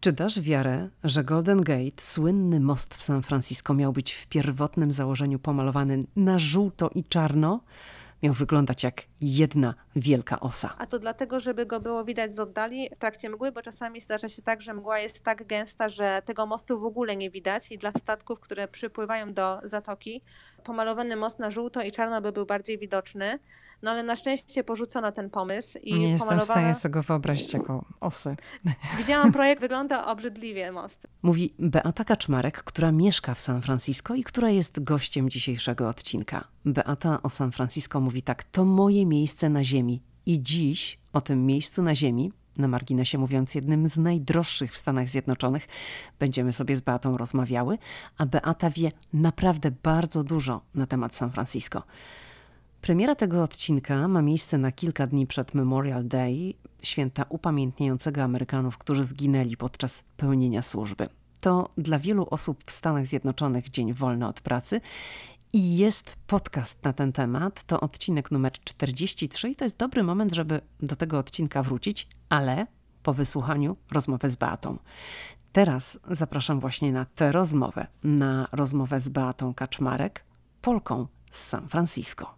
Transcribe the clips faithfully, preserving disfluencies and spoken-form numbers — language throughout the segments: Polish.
Czy dasz wiarę, że Golden Gate, słynny most w San Francisco, miał być w pierwotnym założeniu pomalowany na żółto i czarno? Miał wyglądać jak jedna wielka osa. A to dlatego, żeby go było widać z oddali w trakcie mgły, bo czasami zdarza się tak, że mgła jest tak gęsta, że tego mostu w ogóle nie widać i dla statków, które przypływają do zatoki, pomalowany most na żółto i czarno by był bardziej widoczny. No ale na szczęście porzucono ten pomysł. I nie pomalowano... jestem w stanie sobie go wyobrazić jako osy. Widziałam projekt, wygląda obrzydliwie most. Mówi Beata Kaczmarek, która mieszka w San Francisco i która jest gościem dzisiejszego odcinka. Beata o San Francisco mówi tak: to moje miejsce na ziemi. I dziś o tym miejscu na ziemi, na marginesie mówiąc jednym z najdroższych w Stanach Zjednoczonych, będziemy sobie z Beatą rozmawiały, a Beata wie naprawdę bardzo dużo na temat San Francisco. Premiera tego odcinka ma miejsce na kilka dni przed Memorial Day, święta upamiętniającego Amerykanów, którzy zginęli podczas pełnienia służby. To dla wielu osób w Stanach Zjednoczonych dzień wolny od pracy i jest podcast na ten temat. To odcinek numer czterdzieści trzy i to jest dobry moment, żeby do tego odcinka wrócić, ale po wysłuchaniu rozmowy z Beatą. Teraz zapraszam właśnie na tę rozmowę, na rozmowę z Beatą Kaczmarek, Polką z San Francisco.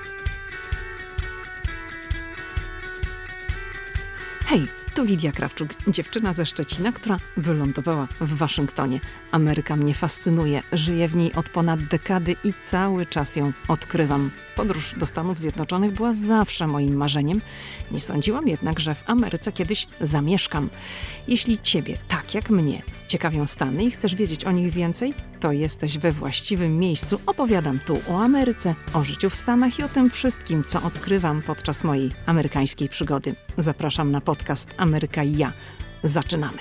Hej, tu Lidia Krawczuk, dziewczyna ze Szczecina, która wylądowała w Waszyngtonie. Ameryka mnie fascynuje, żyję w niej od ponad dekady i cały czas ją odkrywam. Podróż do Stanów Zjednoczonych była zawsze moim marzeniem. Nie sądziłam jednak, że w Ameryce kiedyś zamieszkam. Jeśli Ciebie, tak jak mnie, ciekawią Stany i chcesz wiedzieć o nich więcej, to jesteś we właściwym miejscu. Opowiadam tu o Ameryce, o życiu w Stanach i o tym wszystkim, co odkrywam podczas mojej amerykańskiej przygody. Zapraszam na podcast Ameryka i ja. Zaczynamy.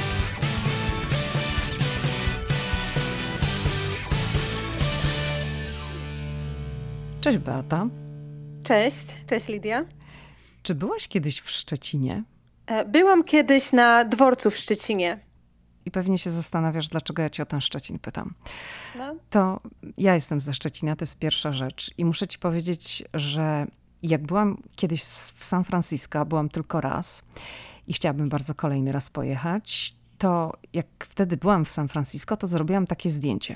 Cześć Beata. Cześć, cześć Lidia. Czy byłaś kiedyś w Szczecinie? Byłam kiedyś na dworcu w Szczecinie. I pewnie się zastanawiasz, dlaczego ja cię o ten Szczecin pytam. No. To ja jestem ze Szczecina, to jest pierwsza rzecz. I muszę ci powiedzieć, że jak byłam kiedyś w San Francisco, byłam tylko raz i chciałabym bardzo kolejny raz pojechać, to jak wtedy byłam w San Francisco, to zrobiłam takie zdjęcie.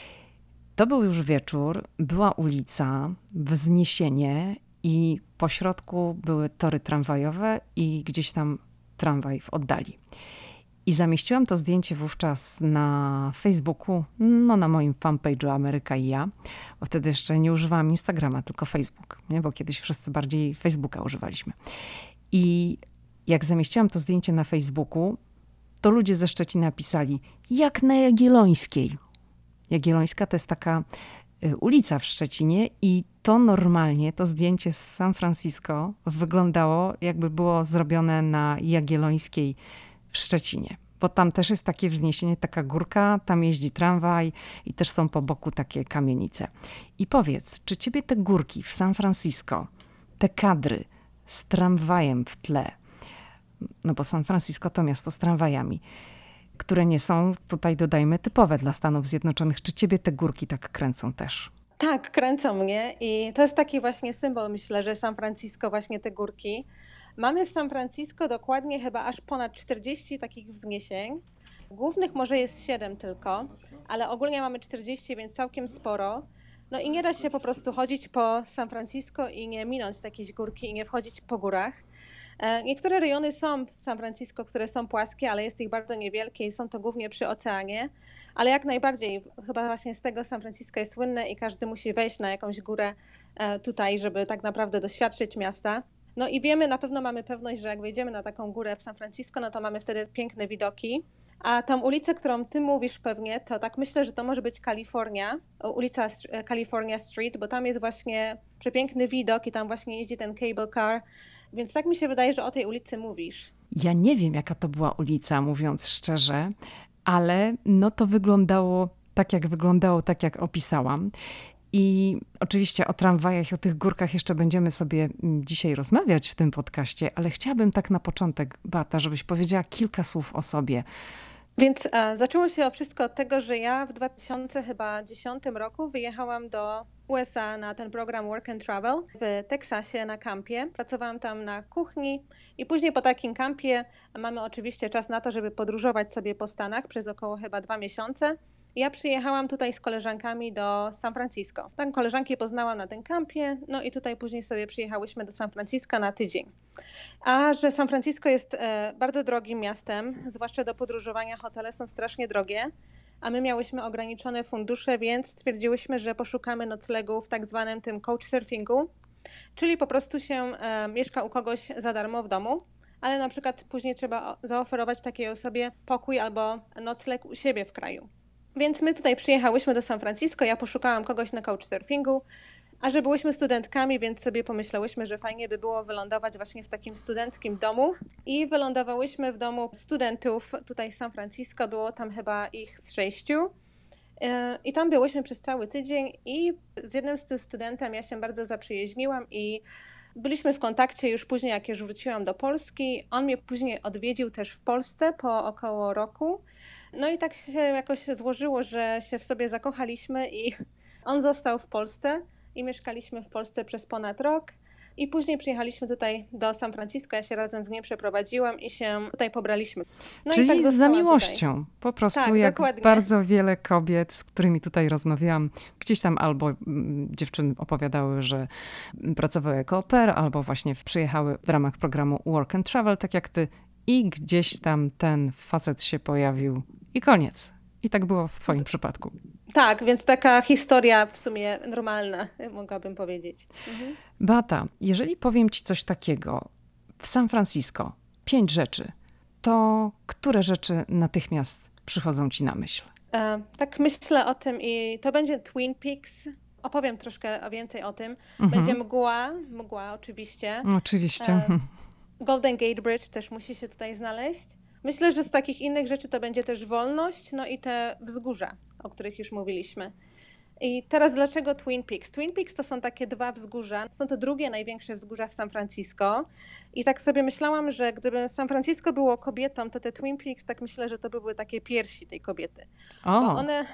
To był już wieczór, była ulica, wzniesienie i po środku były tory tramwajowe i gdzieś tam tramwaj w oddali. I zamieściłam to zdjęcie wówczas na Facebooku, no na moim fanpage'u Ameryka i ja, bo wtedy jeszcze nie używałam Instagrama, tylko Facebook, nie? Bo kiedyś wszyscy bardziej Facebooka używaliśmy. I jak zamieściłam to zdjęcie na Facebooku, to ludzie ze Szczecina pisali, jak na Jagiellońskiej. Jagiellońska to jest taka ulica w Szczecinie i to normalnie, to zdjęcie z San Francisco wyglądało, jakby było zrobione na Jagiellońskiej w Szczecinie. Bo tam też jest takie wzniesienie, taka górka, tam jeździ tramwaj i też są po boku takie kamienice. I powiedz, czy ciebie te górki w San Francisco, te kadry z tramwajem w tle, no bo San Francisco to miasto z tramwajami, które nie są, tutaj dodajmy, typowe dla Stanów Zjednoczonych. Czy ciebie te górki tak kręcą też? Tak, kręcą mnie i to jest taki właśnie symbol, myślę, że San Francisco, właśnie te górki. Mamy w San Francisco dokładnie chyba aż ponad czterdzieści takich wzniesień. Głównych może jest siedem tylko, ale ogólnie mamy czterdzieści, więc całkiem sporo. No i nie da się po prostu chodzić po San Francisco i nie minąć takiej górki i nie wchodzić po górach. Niektóre rejony są w San Francisco, które są płaskie, ale jest ich bardzo niewielkie i są to głównie przy oceanie. Ale jak najbardziej, chyba właśnie z tego San Francisco jest słynne i każdy musi wejść na jakąś górę tutaj, żeby tak naprawdę doświadczyć miasta. No i wiemy, na pewno mamy pewność, że jak wejdziemy na taką górę w San Francisco, no to mamy wtedy piękne widoki. A tą ulicę, którą ty mówisz pewnie, to tak myślę, że to może być Kalifornia, ulica California Street, bo tam jest właśnie przepiękny widok i tam właśnie jeździ ten cable car, więc tak mi się wydaje, że o tej ulicy mówisz. Ja nie wiem, jaka to była ulica, mówiąc szczerze, ale no to wyglądało tak, jak wyglądało, tak jak opisałam. I oczywiście o tramwajach i o tych górkach jeszcze będziemy sobie dzisiaj rozmawiać w tym podcaście, ale chciałabym tak na początek, Beata, żebyś powiedziała kilka słów o sobie. Więc e, zaczęło się wszystko od tego, że ja w dwa tysiące dziesiątym roku wyjechałam do U S A na ten program Work and Travel w Teksasie na kampie. Pracowałam tam na kuchni i później po takim kampie mamy oczywiście czas na to, żeby podróżować sobie po Stanach przez około chyba dwa miesiące. Ja przyjechałam tutaj z koleżankami do San Francisco. Tam koleżanki poznałam na tym kampie, no i tutaj później sobie przyjechałyśmy do San Francisco na tydzień. A że San Francisco jest e, bardzo drogim miastem, zwłaszcza do podróżowania, hotele są strasznie drogie, a my miałyśmy ograniczone fundusze, więc stwierdziłyśmy, że poszukamy noclegu w tak zwanym tym couchsurfingu, czyli po prostu się e, mieszka u kogoś za darmo w domu, ale na przykład później trzeba zaoferować takiej osobie pokój albo nocleg u siebie w kraju. Więc my tutaj przyjechałyśmy do San Francisco, ja poszukałam kogoś na couchsurfingu, a że byłyśmy studentkami, więc sobie pomyślałyśmy, że fajnie by było wylądować właśnie w takim studenckim domu i wylądowałyśmy w domu studentów tutaj z San Francisco, było tam chyba ich z sześciu i tam byłyśmy przez cały tydzień i z jednym z tych studentem ja się bardzo zaprzyjaźniłam i byliśmy w kontakcie już później, jak już wróciłam do Polski. On mnie później odwiedził też w Polsce po około roku. No i tak się jakoś złożyło, że się w sobie zakochaliśmy i on został w Polsce i mieszkaliśmy w Polsce przez ponad rok. I później przyjechaliśmy tutaj do San Francisco, ja się razem z nim przeprowadziłam i się tutaj pobraliśmy. No Czyli i tak za miłością, tutaj. po prostu Tak, jak dokładnie. Bardzo wiele kobiet, z którymi tutaj rozmawiałam, gdzieś tam albo mm, dziewczyny opowiadały, że pracowały jako au pair, albo właśnie przyjechały w ramach programu Work and Travel, tak jak ty, i gdzieś tam ten facet się pojawił i koniec. I tak było w twoim przypadku. Tak, więc taka historia w sumie normalna, mogłabym powiedzieć. Mhm. Beata, jeżeli powiem ci coś takiego w San Francisco, pięć rzeczy, to które rzeczy natychmiast przychodzą ci na myśl? E, tak myślę o tym i to będzie Twin Peaks. Opowiem troszkę więcej o tym. Mhm. Będzie mgła, mgła oczywiście. Oczywiście. E, Golden Gate Bridge też musi się tutaj znaleźć. Myślę, że z takich innych rzeczy to będzie też wolność, no i te wzgórza, o których już mówiliśmy. I teraz dlaczego Twin Peaks? Twin Peaks to są takie dwa wzgórza, są to drugie największe wzgórza w San Francisco. I tak sobie myślałam, że gdyby San Francisco było kobietą, to te Twin Peaks, tak myślę, że to by były takie piersi tej kobiety. O. Bo one,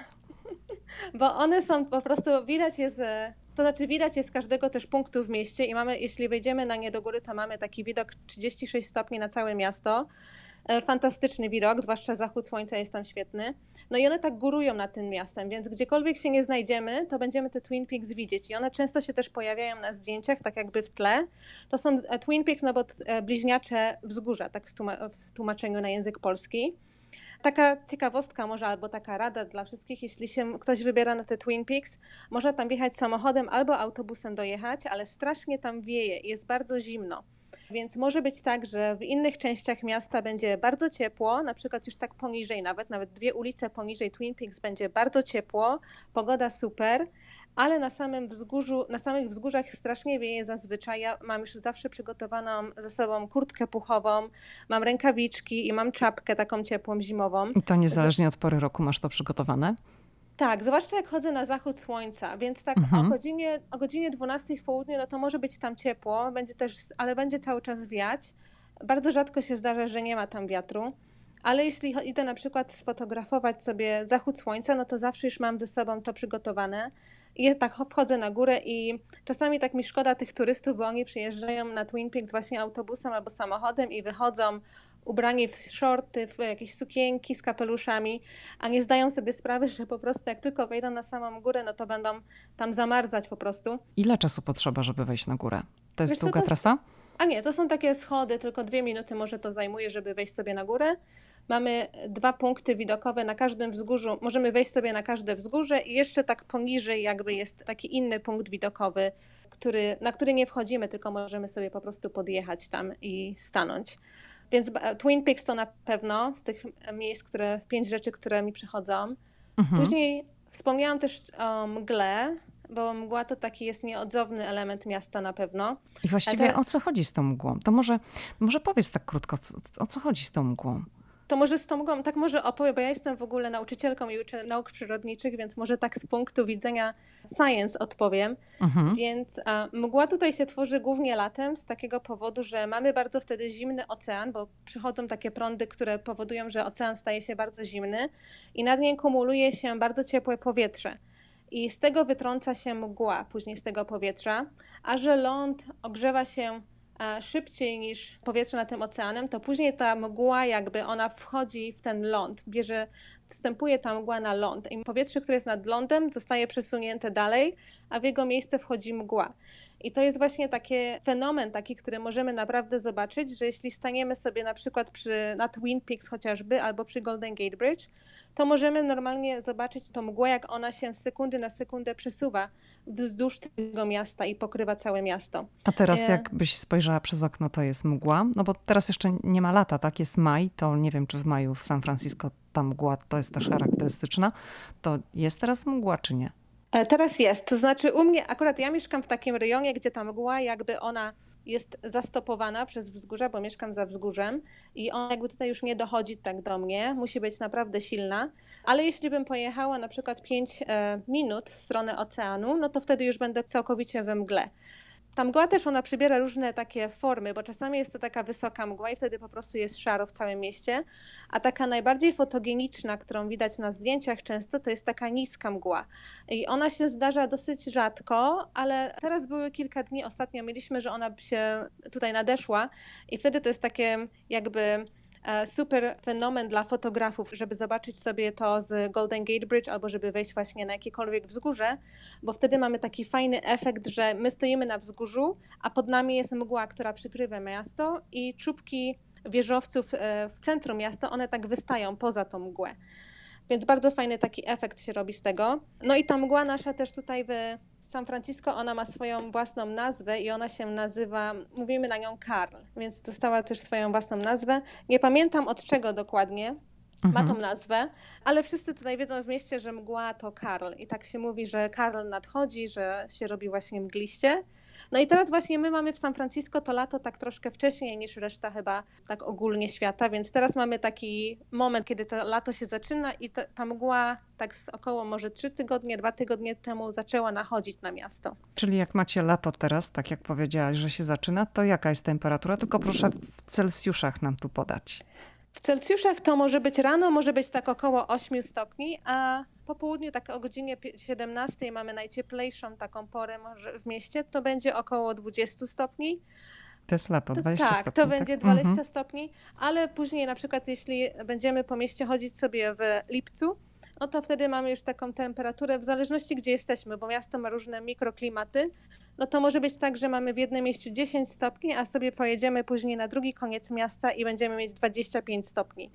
bo one są po prostu, widać je z, to znaczy widać je z każdego też punktu w mieście i mamy, jeśli wejdziemy na nie do góry, to mamy taki widok trzydzieści sześć stopni na całe miasto. Fantastyczny widok, zwłaszcza zachód słońca jest tam świetny. No i one tak górują nad tym miastem, więc gdziekolwiek się nie znajdziemy, to będziemy te Twin Peaks widzieć. I one często się też pojawiają na zdjęciach, tak jakby w tle. To są Twin Peaks, no bo bliźniacze wzgórza, tak w tłumaczeniu na język polski. Taka ciekawostka może, albo taka rada dla wszystkich, jeśli się ktoś wybiera na te Twin Peaks, może tam jechać samochodem albo autobusem dojechać, ale strasznie tam wieje i jest bardzo zimno. Więc może być tak, że w innych częściach miasta będzie bardzo ciepło, na przykład już tak poniżej nawet, nawet dwie ulice poniżej Twin Peaks będzie bardzo ciepło, pogoda super, ale na samym wzgórzu, na samych wzgórzach strasznie wieje zazwyczaj. Ja mam już zawsze przygotowaną ze sobą kurtkę puchową, mam rękawiczki i mam czapkę taką ciepłą zimową. I to niezależnie od pory roku masz to przygotowane? Tak, zwłaszcza jak chodzę na zachód słońca, więc tak Mhm. o godzinie, o godzinie dwunastej w południu, no to może być tam ciepło, będzie też, ale będzie cały czas wiać. Bardzo rzadko się zdarza, że nie ma tam wiatru, ale jeśli idę na przykład sfotografować sobie zachód słońca, no to zawsze już mam ze sobą to przygotowane. I tak wchodzę na górę i czasami tak mi szkoda tych turystów, bo oni przyjeżdżają na Twin Peaks właśnie autobusem albo samochodem i wychodzą ubrani w shorty, w jakieś sukienki z kapeluszami, a nie zdają sobie sprawy, że po prostu jak tylko wejdą na samą górę, no to będą tam zamarzać po prostu. Ile czasu potrzeba, żeby wejść na górę? To jest Wiesz co, długa to trasa? A nie, to są takie schody, tylko dwie minuty może to zajmuje, żeby wejść sobie na górę. Mamy dwa punkty widokowe na każdym wzgórzu. Możemy wejść sobie na każde wzgórze i jeszcze tak poniżej jakby jest taki inny punkt widokowy, który, na który nie wchodzimy, tylko możemy sobie po prostu podjechać tam i stanąć. Więc Twin Peaks to na pewno z tych miejsc, które, pięć rzeczy, które mi przychodzą. Mhm. Później wspomniałam też o mgle, bo mgła to taki jest nieodzowny element miasta na pewno. I właściwie te... o co chodzi z tą mgłą? To może, może powiedz tak krótko, o co chodzi z tą mgłą? To może z tą mgłą, tak może opowiem, bo ja jestem w ogóle nauczycielką i uczę nauk przyrodniczych, więc może tak z punktu widzenia science odpowiem. Mhm. Więc a, mgła tutaj się tworzy głównie latem z takiego powodu, że mamy bardzo wtedy zimny ocean, bo przychodzą takie prądy, które powodują, że ocean staje się bardzo zimny i nad nim kumuluje się bardzo ciepłe powietrze. i z tego wytrąca się mgła później z tego powietrza, a że ląd ogrzewa się szybciej niż powietrze nad tym oceanem, to później ta mgła jakby ona wchodzi w ten ląd, bierze, wstępuje ta mgła na ląd i powietrze, które jest nad lądem, zostaje przesunięte dalej, a w jego miejsce wchodzi mgła. I to jest właśnie taki fenomen, taki, który możemy naprawdę zobaczyć, że jeśli staniemy sobie na przykład przy, na Twin Peaks chociażby, albo przy Golden Gate Bridge, to możemy normalnie zobaczyć tą mgłę, jak ona się z sekundy na sekundę przesuwa wzdłuż tego miasta i pokrywa całe miasto. A teraz jakbyś spojrzała przez okno, to jest mgła? No bo teraz jeszcze nie ma lata, tak? Jest maj, to nie wiem, czy w maju w San Francisco ta mgła to jest też charakterystyczna. To jest teraz mgła, czy nie? Teraz jest, to znaczy u mnie, akurat ja mieszkam w takim rejonie, gdzie ta mgła jakby ona jest zastopowana przez wzgórza, bo mieszkam za wzgórzem i ona jakby tutaj już nie dochodzi tak do mnie, musi być naprawdę silna, ale jeśli bym pojechała na przykład pięć minut w stronę oceanu, no to wtedy już będę całkowicie we mgle. Ta mgła też ona przybiera różne takie formy, bo czasami jest to taka wysoka mgła i wtedy po prostu jest szaro w całym mieście, a taka najbardziej fotogeniczna, którą widać na zdjęciach często, to jest taka niska mgła. I ona się zdarza dosyć rzadko, ale teraz były kilka dni, ostatnio mieliśmy, że ona się tutaj nadeszła i wtedy to jest takie jakby super fenomen dla fotografów, żeby zobaczyć sobie to z Golden Gate Bridge albo żeby wejść właśnie na jakiekolwiek wzgórze, bo wtedy mamy taki fajny efekt, że my stoimy na wzgórzu, a pod nami jest mgła, która przykrywa miasto i czubki wieżowców w centrum miasta, one tak wystają poza tą mgłę. Więc bardzo fajny taki efekt się robi z tego. No i ta mgła nasza też tutaj w San Francisco, ona ma swoją własną nazwę i ona się nazywa, mówimy na nią Karl, więc dostała też swoją własną nazwę. Nie pamiętam od czego dokładnie ma tą nazwę, ale wszyscy tutaj wiedzą w mieście, że mgła to Karl i tak się mówi, że Karl nadchodzi, że się robi właśnie mgliście. No i teraz właśnie my mamy w San Francisco to lato tak troszkę wcześniej niż reszta chyba tak ogólnie świata, więc teraz mamy taki moment, kiedy to lato się zaczyna i ta, ta mgła tak z około może trzy tygodnie, dwa tygodnie temu zaczęła nachodzić na miasto. Czyli jak macie lato teraz, tak jak powiedziałaś, że się zaczyna, to jaka jest temperatura? Tylko proszę w Celsjuszach nam tu podać. W Celsjuszach to może być rano, może być tak około osiem stopni, a po południu tak o godzinie siedemnastej mamy najcieplejszą taką porę może w mieście, to będzie około dwadzieścia stopni. To jest lato, dwadzieścia tak, stopni. To tak, to będzie dwadzieścia mhm. stopni, ale później na przykład jeśli będziemy po mieście chodzić sobie w lipcu, no to wtedy mamy już taką temperaturę, w zależności gdzie jesteśmy, bo miasto ma różne mikroklimaty, no to może być tak, że mamy w jednym mieściu dziesięć stopni, a sobie pojedziemy później na drugi koniec miasta i będziemy mieć dwadzieścia pięć stopni.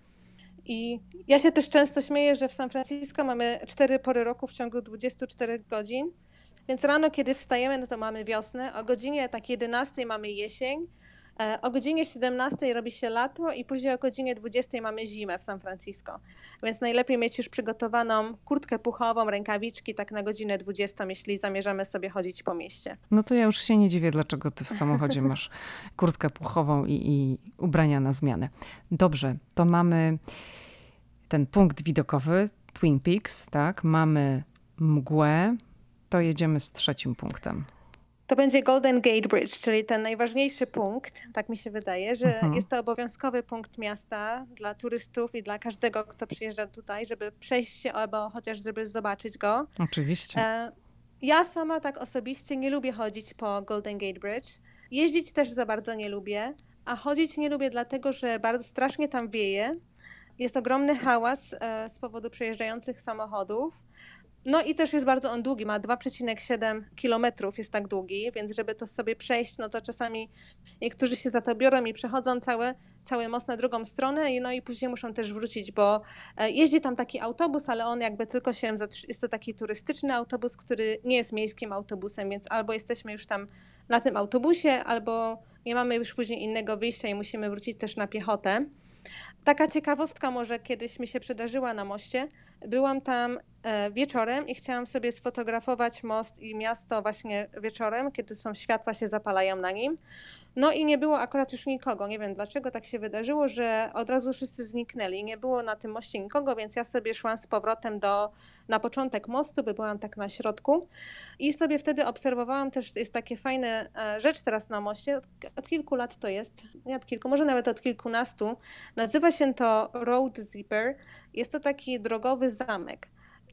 I ja się też często śmieję, że w San Francisco mamy cztery pory roku w ciągu dwudziestu czterech godzin, więc rano, kiedy wstajemy, no to mamy wiosnę, o godzinie tak jedenastej mamy jesień, o godzinie siedemnastej robi się lato i później o godzinie dwudziestej mamy zimę w San Francisco. Więc najlepiej mieć już przygotowaną kurtkę puchową, rękawiczki tak na godzinę dwudziestą, jeśli zamierzamy sobie chodzić po mieście. No to ja już się nie dziwię, dlaczego ty w samochodzie masz kurtkę puchową i, i ubrania na zmianę. Dobrze, to mamy ten punkt widokowy, Twin Peaks, tak? Mamy mgłę, to jedziemy z trzecim punktem. To będzie Golden Gate Bridge, czyli ten najważniejszy punkt, tak mi się wydaje, że mhm. jest to obowiązkowy punkt miasta dla turystów i dla każdego, kto przyjeżdża tutaj, żeby przejść się albo chociaż żeby zobaczyć go. Oczywiście. Ja sama tak osobiście nie lubię chodzić po Golden Gate Bridge. Jeździć też za bardzo nie lubię, a chodzić nie lubię dlatego, że bardzo strasznie tam wieje. Jest ogromny hałas z powodu przejeżdżających samochodów. No i też jest bardzo on długi, ma dwa przecinek siedem kilometrów, jest tak długi, więc żeby to sobie przejść, no to czasami niektórzy się za to biorą i przechodzą cały, cały most na drugą stronę i no i później muszą też wrócić, bo jeździ tam taki autobus, ale on jakby tylko się, jest to taki turystyczny autobus, który nie jest miejskim autobusem, więc albo jesteśmy już tam na tym autobusie, albo nie mamy już później innego wyjścia i musimy wrócić też na piechotę. Taka ciekawostka może kiedyś mi się przydarzyła na moście. Byłam tam wieczorem i chciałam sobie sfotografować most i miasto właśnie wieczorem, kiedy są światła się zapalają na nim. No i nie było akurat już nikogo. Nie wiem dlaczego tak się wydarzyło, że od razu wszyscy zniknęli. Nie było na tym moście nikogo, więc ja sobie szłam z powrotem do, na początek mostu, by byłam tak na środku. I sobie wtedy obserwowałam też, jest takie fajne rzecz teraz na moście. Od, od kilku lat to jest, nie od kilku, może nawet od kilkunastu. Nazywa się to Road Zipper. Jest to taki drogowy zamek.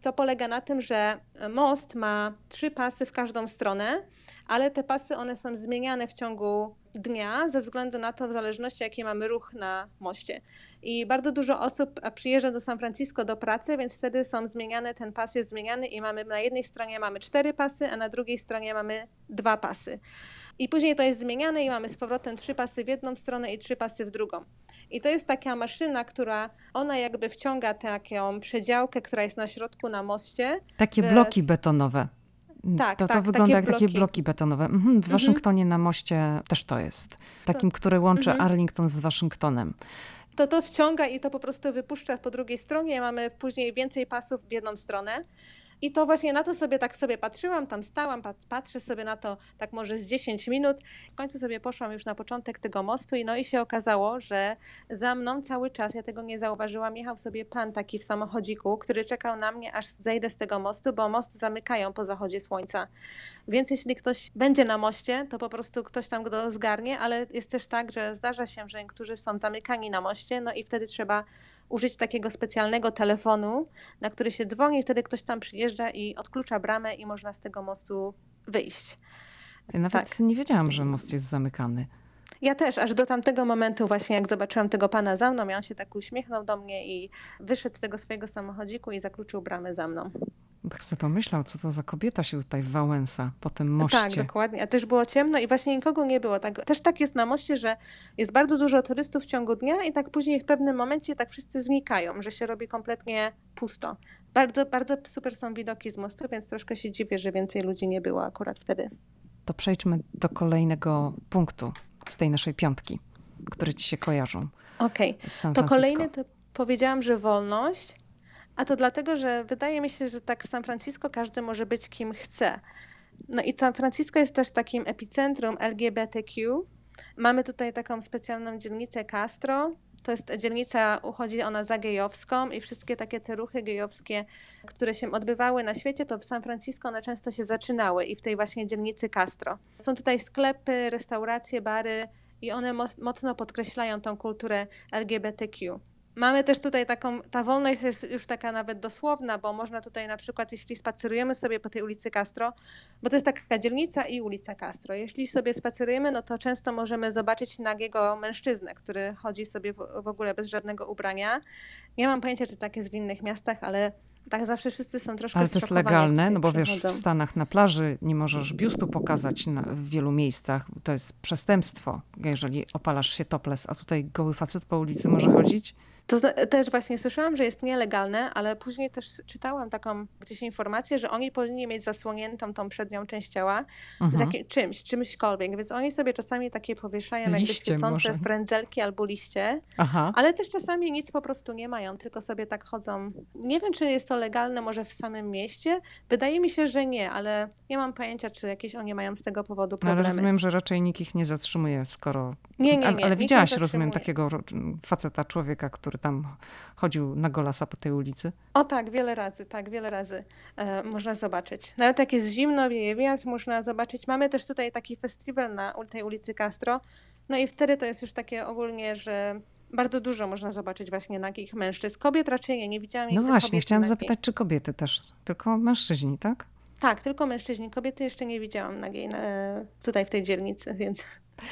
to polega na tym, że most ma trzy pasy w każdą stronę, ale te pasy one są zmieniane w ciągu dnia ze względu na to, w zależności jaki mamy ruch na moście. I bardzo dużo osób przyjeżdża do San Francisco do pracy, więc wtedy są zmieniane, ten pas jest zmieniany i mamy na jednej stronie mamy cztery pasy, a na drugiej stronie mamy dwa pasy. I później to jest zmieniane i mamy z powrotem trzy pasy w jedną stronę i trzy pasy w drugą. I to jest taka maszyna, która ona jakby wciąga taką przedziałkę, która jest na środku na moście. Takie w... bloki betonowe. Tak, to, to tak, wygląda takie jak bloki. takie bloki betonowe. Mhm, w Waszyngtonie na moście też to jest. Takim, To- które łączy mhm. Arlington z Waszyngtonem. To to wciąga i to po prostu wypuszcza po drugiej stronie. Mamy później więcej pasów w jedną stronę. I to właśnie na to sobie tak sobie patrzyłam, tam stałam, pat- patrzę sobie na to tak może z dziesięć minut. W końcu sobie poszłam już na początek tego mostu i no i się okazało, że za mną cały czas, ja tego nie zauważyłam, jechał sobie pan taki w samochodziku, który czekał na mnie, aż zejdę z tego mostu, bo most zamykają po zachodzie słońca. Więc jeśli ktoś będzie na moście, to po prostu ktoś tam go zgarnie, ale jest też tak, że zdarza się, że niektórzy są zamykani na moście, no i wtedy trzeba użyć takiego specjalnego telefonu, na który się dzwoni i wtedy ktoś tam przyjeżdża i odklucza bramę i można z tego mostu wyjść. Ja nawet Tak. nie wiedziałam, że most jest zamykany. Ja też, aż do tamtego momentu właśnie jak zobaczyłam tego pana za mną, on się tak uśmiechnął do mnie i wyszedł z tego swojego samochodziku i zakluczył bramę za mną. Tak sobie pomyślał, co to za kobieta się tutaj wałęsa po tym moście. Tak, dokładnie. A też było ciemno i właśnie nikogo nie było. Tak, też tak jest na moście, że jest bardzo dużo turystów w ciągu dnia i tak później w pewnym momencie tak wszyscy znikają, że się robi kompletnie pusto. Bardzo, bardzo super są widoki z mostu, więc troszkę się dziwię, że więcej ludzi nie było akurat wtedy. To przejdźmy do kolejnego punktu z tej naszej piątki, które ci się kojarzą Okej, z San to Francisco. kolejny to powiedziałam, że wolność, a to dlatego, że wydaje mi się, że tak w San Francisco każdy może być kim chce. No i San Francisco jest też takim epicentrum L G B T Q. Mamy tutaj taką specjalną dzielnicę Castro. To jest dzielnica, uchodzi ona za gejowską i wszystkie takie te ruchy gejowskie, które się odbywały na świecie, to w San Francisco one często się zaczynały i w tej właśnie dzielnicy Castro. Są tutaj sklepy, restauracje, bary i one mo- mocno podkreślają tą kulturę L G B T Q. Mamy też tutaj taką, ta wolność jest już taka nawet dosłowna, bo można tutaj na przykład, jeśli spacerujemy sobie po tej ulicy Castro, bo to jest taka dzielnica i ulica Castro. Jeśli sobie spacerujemy, no to często możemy zobaczyć nagiego mężczyznę, który chodzi sobie w, w ogóle bez żadnego ubrania. Nie mam pojęcia, czy tak jest w innych miastach, ale tak zawsze wszyscy są troszkę Ale to jest zszokowani, jak legalne, tutaj no bo wiesz, przechodzą. w Stanach na plaży nie możesz biustu pokazać na, w wielu miejscach. To jest przestępstwo, jeżeli opalasz się topless, a tutaj goły facet po ulicy może chodzić. To zna- też właśnie słyszałam, że jest nielegalne, ale później też czytałam taką gdzieś informację, że oni powinni mieć zasłoniętą tą przednią część ciała z Mhm. jakim, czymś, czymśkolwiek, więc oni sobie czasami takie powieszają jakby Liście świecące może. frędzelki albo liście, Aha. ale też czasami nic po prostu nie mają, tylko sobie tak chodzą. Nie wiem, czy jest to legalne może w samym mieście. Wydaje mi się, że nie, ale nie mam pojęcia, czy jakieś oni mają z tego powodu No, ale problemy. rozumiem, że raczej nikt ich nie zatrzymuje, skoro... Nie, nie, Ale, nie. ale nikt nie widziałaś, rozumiem, zatrzymuje. takiego ro- faceta, człowieka, który tam chodził na golasa po tej ulicy. O tak, wiele razy, tak, wiele razy e, można zobaczyć. Nawet jak jest zimno, wieje wiatr, można zobaczyć. Mamy też tutaj taki festiwal na u- tej ulicy Castro, no i wtedy to jest już takie ogólnie, że bardzo dużo można zobaczyć właśnie nagich mężczyzn. Kobiet raczej nie, nie widziałam No nigdy właśnie, kobiety chciałam nagiej. zapytać, czy kobiety też, tylko mężczyźni, tak? Tak, tylko mężczyźni. Kobiety jeszcze nie widziałam nagiej na, tutaj w tej dzielnicy, więc...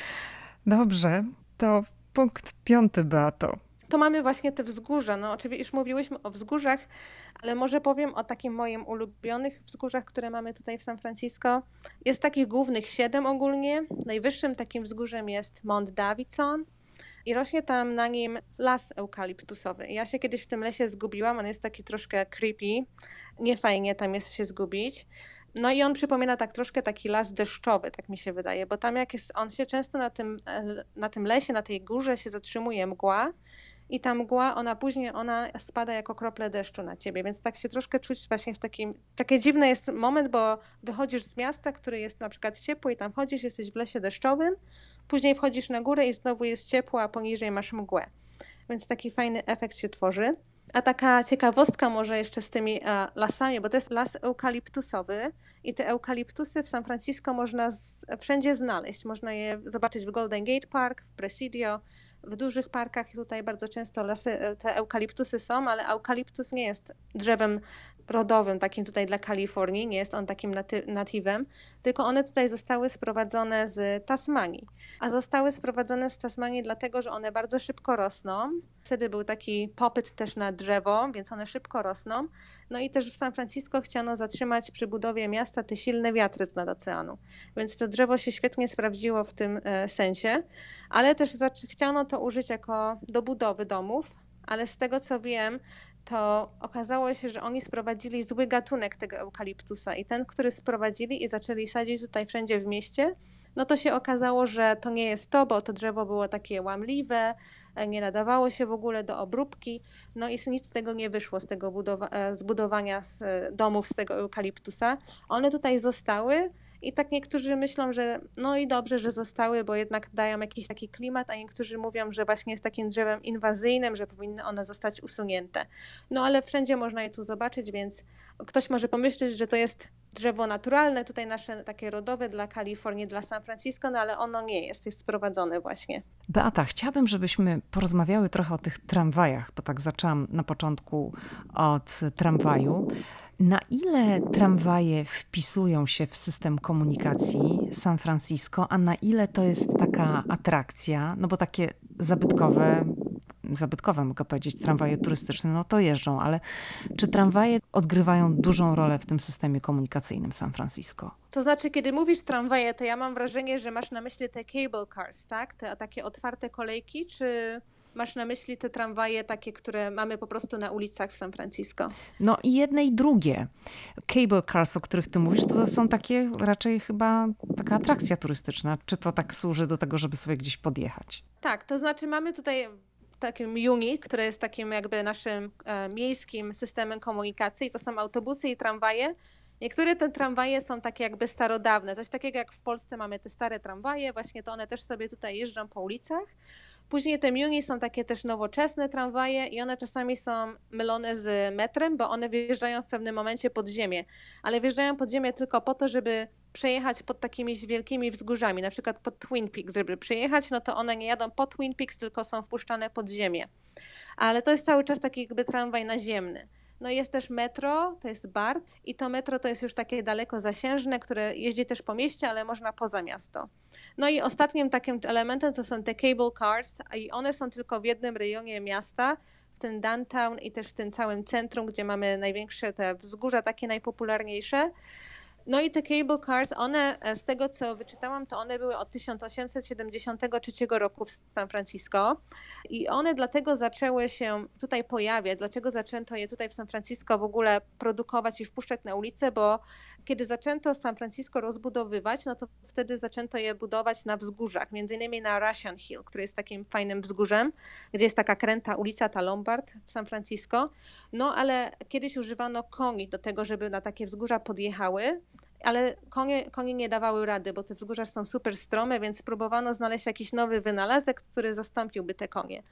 Dobrze, to punkt piąty, Beato. To mamy właśnie te wzgórza. No oczywiście już mówiłyśmy o wzgórzach, ale może powiem o takim moim ulubionych wzgórzach, które mamy tutaj w San Francisco. Jest takich głównych siedem ogólnie. Najwyższym takim wzgórzem jest Mount Davidson i rośnie tam na nim las eukaliptusowy. Ja się kiedyś w tym lesie zgubiłam, on jest taki troszkę creepy, niefajnie tam jest się zgubić. No i on przypomina tak troszkę taki las deszczowy, tak mi się wydaje, bo tam jak jest, on się często na tym, e, na tym lesie, na tej górze się zatrzymuje mgła i ta mgła, ona później, ona spada jako krople deszczu na ciebie, więc tak się troszkę czuć właśnie w takim, taki dziwny jest moment, bo wychodzisz z miasta, który jest na przykład ciepły i tam chodzisz, jesteś w lesie deszczowym, później wchodzisz na górę i znowu jest ciepło, a poniżej masz mgłę, więc taki fajny efekt się tworzy. A taka ciekawostka może jeszcze z tymi e, lasami, bo to jest las eukaliptusowy i te eukaliptusy w San Francisco można z, wszędzie znaleźć. Można je zobaczyć w Golden Gate Park, w Presidio, w dużych parkach i tutaj bardzo często lasy, te eukaliptusy są, ale eukaliptus nie jest drzewem rodowym, takim tutaj dla Kalifornii, nie jest on takim naty- natywem, tylko one tutaj zostały sprowadzone z Tasmanii. A zostały sprowadzone z Tasmanii dlatego, że one bardzo szybko rosną. Wtedy był taki popyt też na drzewo, więc one szybko rosną. No i też w San Francisco chciano zatrzymać przy budowie miasta te silne wiatry z nad oceanu. Więc to drzewo się świetnie sprawdziło w tym e, sensie, ale też zac- chciano to użyć jako do budowy domów, ale z tego co wiem, to okazało się, że oni sprowadzili zły gatunek tego eukaliptusa i ten, który sprowadzili i zaczęli sadzić tutaj wszędzie w mieście, no to się okazało, że to nie jest to, bo to drzewo było takie łamliwe, nie nadawało się w ogóle do obróbki, no i nic z tego nie wyszło, z tego budowa- zbudowania z domów z tego eukaliptusa. One tutaj zostały i tak niektórzy myślą, że no i dobrze, że zostały, bo jednak dają jakiś taki klimat, a niektórzy mówią, że właśnie jest takim drzewem inwazyjnym, że powinny one zostać usunięte. No ale wszędzie można je tu zobaczyć, więc ktoś może pomyśleć, że to jest drzewo naturalne, tutaj nasze takie rodowe dla Kalifornii, dla San Francisco, no ale ono nie jest, jest sprowadzone właśnie. Beata, chciałabym, żebyśmy porozmawiały trochę o tych tramwajach, bo tak zaczęłam na początku od tramwaju. Na ile tramwaje wpisują się w system komunikacji San Francisco, a na ile to jest taka atrakcja, no bo takie zabytkowe, zabytkowe mogę powiedzieć, tramwaje turystyczne, no to jeżdżą, ale czy tramwaje odgrywają dużą rolę w tym systemie komunikacyjnym San Francisco? To znaczy, kiedy mówisz tramwaje, to ja mam wrażenie, że masz na myśli te cable cars, tak? Te takie otwarte kolejki, czy masz na myśli te tramwaje takie, które mamy po prostu na ulicach w San Francisco? No i jedne i drugie. Cable cars, o których ty mówisz, to są takie raczej chyba taka atrakcja turystyczna. Czy to tak służy do tego, żeby sobie gdzieś podjechać? Tak, to znaczy mamy tutaj takim Uni, które jest takim jakby naszym e, miejskim systemem komunikacji. To są autobusy i tramwaje. Niektóre te tramwaje są takie jakby starodawne, coś takiego jak w Polsce mamy te stare tramwaje, właśnie to one też sobie tutaj jeżdżą po ulicach. Później te Muni są takie też nowoczesne tramwaje i one czasami są mylone z metrem, bo one wjeżdżają w pewnym momencie pod ziemię, ale wjeżdżają pod ziemię tylko po to, żeby przejechać pod takimi wielkimi wzgórzami, na przykład pod Twin Peaks, żeby przyjechać, no to one nie jadą pod Twin Peaks, tylko są wpuszczane pod ziemię. Ale to jest cały czas taki jakby tramwaj naziemny. No jest też metro, to jest B A R i to metro to jest już takie daleko zasiężne, które jeździ też po mieście, ale można poza miasto. No i ostatnim takim elementem to są te cable cars i one są tylko w jednym rejonie miasta, w tym downtown i też w tym całym centrum, gdzie mamy największe te wzgórza, takie najpopularniejsze. No i te cable cars, one z tego co wyczytałam, to one były od tysiąc osiemset siedemdziesiątego trzeciego roku w San Francisco i one dlatego zaczęły się tutaj pojawiać, dlaczego zaczęto je tutaj w San Francisco w ogóle produkować i wpuszczać na ulicę, bo kiedy zaczęto San Francisco rozbudowywać, no to wtedy zaczęto je budować na wzgórzach, między innymi na Russian Hill, który jest takim fajnym wzgórzem, gdzie jest taka kręta ulica, ta Lombard w San Francisco. No ale kiedyś używano koni do tego, żeby na takie wzgórza podjechały, ale konie, konie nie dawały rady, bo te wzgórza są super strome, więc próbowano znaleźć jakiś nowy wynalazek, który zastąpiłby te konie.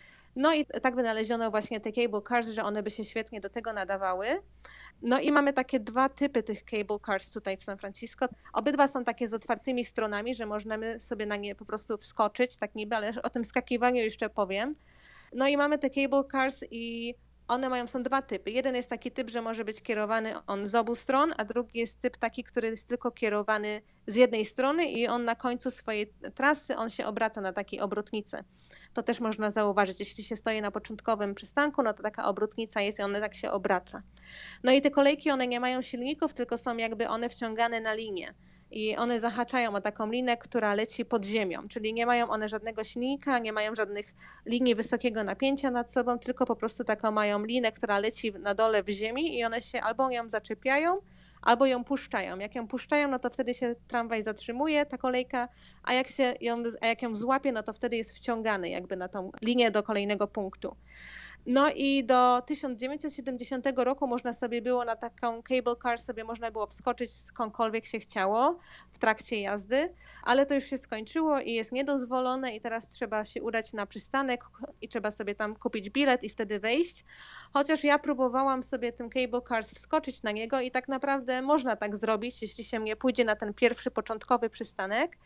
No i tak wynaleziono właśnie te cable cars, że one by się świetnie do tego nadawały. No i mamy takie dwa typy tych cable cars tutaj w San Francisco. Obydwa są takie z otwartymi stronami, że możemy sobie na nie po prostu wskoczyć, tak niby, ale o tym skakiwaniu jeszcze powiem. No i mamy te cable cars i one mają, są dwa typy. Jeden jest taki typ, że może być kierowany on z obu stron, a drugi jest typ taki, który jest tylko kierowany z jednej strony i on na końcu swojej trasy, on się obraca na takiej obrotnicy. To też można zauważyć. Jeśli się stoi na początkowym przystanku, no to taka obrotnica jest i ona tak się obraca. No i te kolejki, one nie mają silników, tylko są jakby one wciągane na linię. I one zahaczają o taką linę, która leci pod ziemią, czyli nie mają one żadnego silnika, nie mają żadnych linii wysokiego napięcia nad sobą, tylko po prostu taką mają linę, która leci na dole w ziemi i one się albo ją zaczepiają, albo ją puszczają. Jak ją puszczają, no to wtedy się tramwaj zatrzymuje, ta kolejka, a jak się ją, a jak ją złapie, no to wtedy jest wciągany jakby na tą linię do kolejnego punktu. No i do tysiąc dziewięćset siedemdziesiątego roku można sobie było na taką cable car sobie można było wskoczyć skądkolwiek się chciało w trakcie jazdy, ale to już się skończyło i jest niedozwolone i teraz trzeba się udać na przystanek i trzeba sobie tam kupić bilet i wtedy wejść. Chociaż ja próbowałam sobie tym cable cars wskoczyć na niego i tak naprawdę można tak zrobić, jeśli się nie pójdzie na ten pierwszy początkowy przystanek.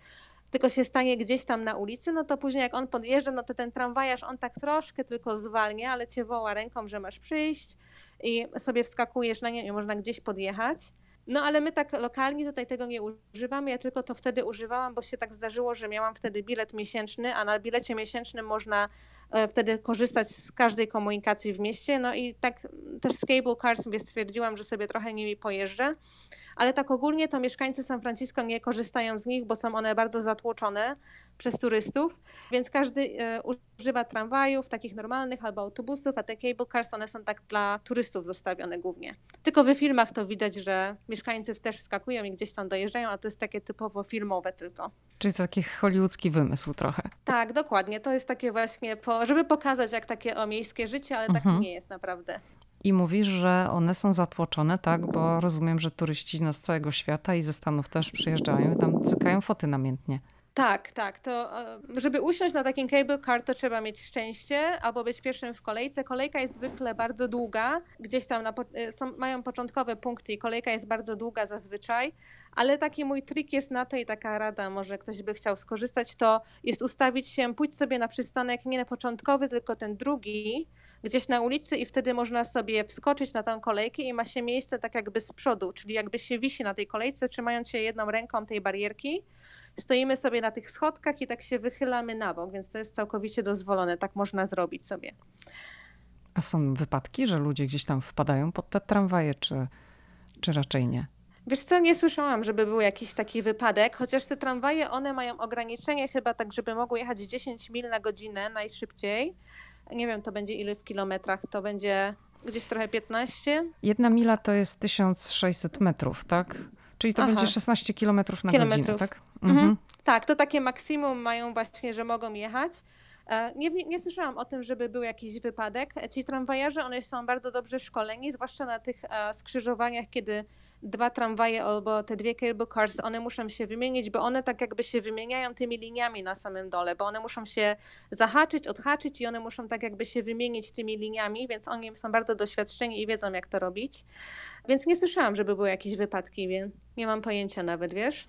tylko się stanie gdzieś tam na ulicy, no to później jak on podjeżdża, no to ten tramwajarz, on tak troszkę tylko zwalnia, ale cię woła ręką, że masz przyjść i sobie wskakujesz na nie i można gdzieś podjechać. No ale my tak lokalnie tutaj tego nie używamy, ja tylko to wtedy używałam, bo się tak zdarzyło, że miałam wtedy bilet miesięczny, a na bilecie miesięcznym można wtedy korzystać z każdej komunikacji w mieście, no i tak też z cable car sobie stwierdziłam, że sobie trochę nimi pojeżdżę, ale tak ogólnie to mieszkańcy San Francisco nie korzystają z nich, bo są one bardzo zatłoczone przez turystów, więc każdy używa tramwajów, takich normalnych albo autobusów, a te cable cars, one są tak dla turystów zostawione głównie. Tylko w filmach to widać, że mieszkańcy też wskakują i gdzieś tam dojeżdżają, a to jest takie typowo filmowe tylko. Czyli to taki hollywoodzki wymysł trochę. Tak, dokładnie. To jest takie właśnie, po, żeby pokazać jak takie o miejskie życie, ale Mhm. tak nie jest naprawdę. I mówisz, że one są zatłoczone, tak? Bo rozumiem, że turyści no, z całego świata i ze Stanów też przyjeżdżają i tam cykają foty namiętnie. Tak, tak. To żeby usiąść na takim cable car, to trzeba mieć szczęście albo być pierwszym w kolejce. Kolejka jest zwykle bardzo długa. Gdzieś tam na, są, mają początkowe punkty i kolejka jest bardzo długa zazwyczaj. Ale taki mój trik jest na to i taka rada, może ktoś by chciał skorzystać, to jest ustawić się, pójdź sobie na przystanek nie na początkowy, tylko ten drugi, gdzieś na ulicy i wtedy można sobie wskoczyć na tę kolejkę i ma się miejsce tak jakby z przodu, czyli jakby się wisi na tej kolejce, trzymając się jedną ręką tej barierki. Stoimy sobie na tych schodkach i tak się wychylamy na bok, więc to jest całkowicie dozwolone, tak można zrobić sobie. A są wypadki, że ludzie gdzieś tam wpadają pod te tramwaje, czy, czy raczej nie? Wiesz co, nie słyszałam, żeby był jakiś taki wypadek, chociaż te tramwaje, one mają ograniczenie chyba tak, żeby mogły jechać dziesięć mil na godzinę najszybciej. Nie wiem, to będzie ile w kilometrach, to będzie gdzieś trochę piętnaście? Jedna mila to jest tysiąc sześćset metrów, tak? Czyli to Aha. będzie szesnaście kilometrów na Kilometrów. godzinę, tak? Mhm. Mhm. Tak, to takie maksimum mają właśnie, że mogą jechać. Nie, nie słyszałam o tym, żeby był jakiś wypadek. Ci tramwajarze, one są bardzo dobrze szkoleni, zwłaszcza na tych skrzyżowaniach, kiedy dwa tramwaje albo te dwie cable cars, one muszą się wymienić, bo one tak jakby się wymieniają tymi liniami na samym dole, bo one muszą się zahaczyć, odhaczyć i one muszą tak jakby się wymienić tymi liniami, więc oni są bardzo doświadczeni i wiedzą, jak to robić. Więc nie słyszałam, żeby były jakieś wypadki, więc nie mam pojęcia nawet, wiesz?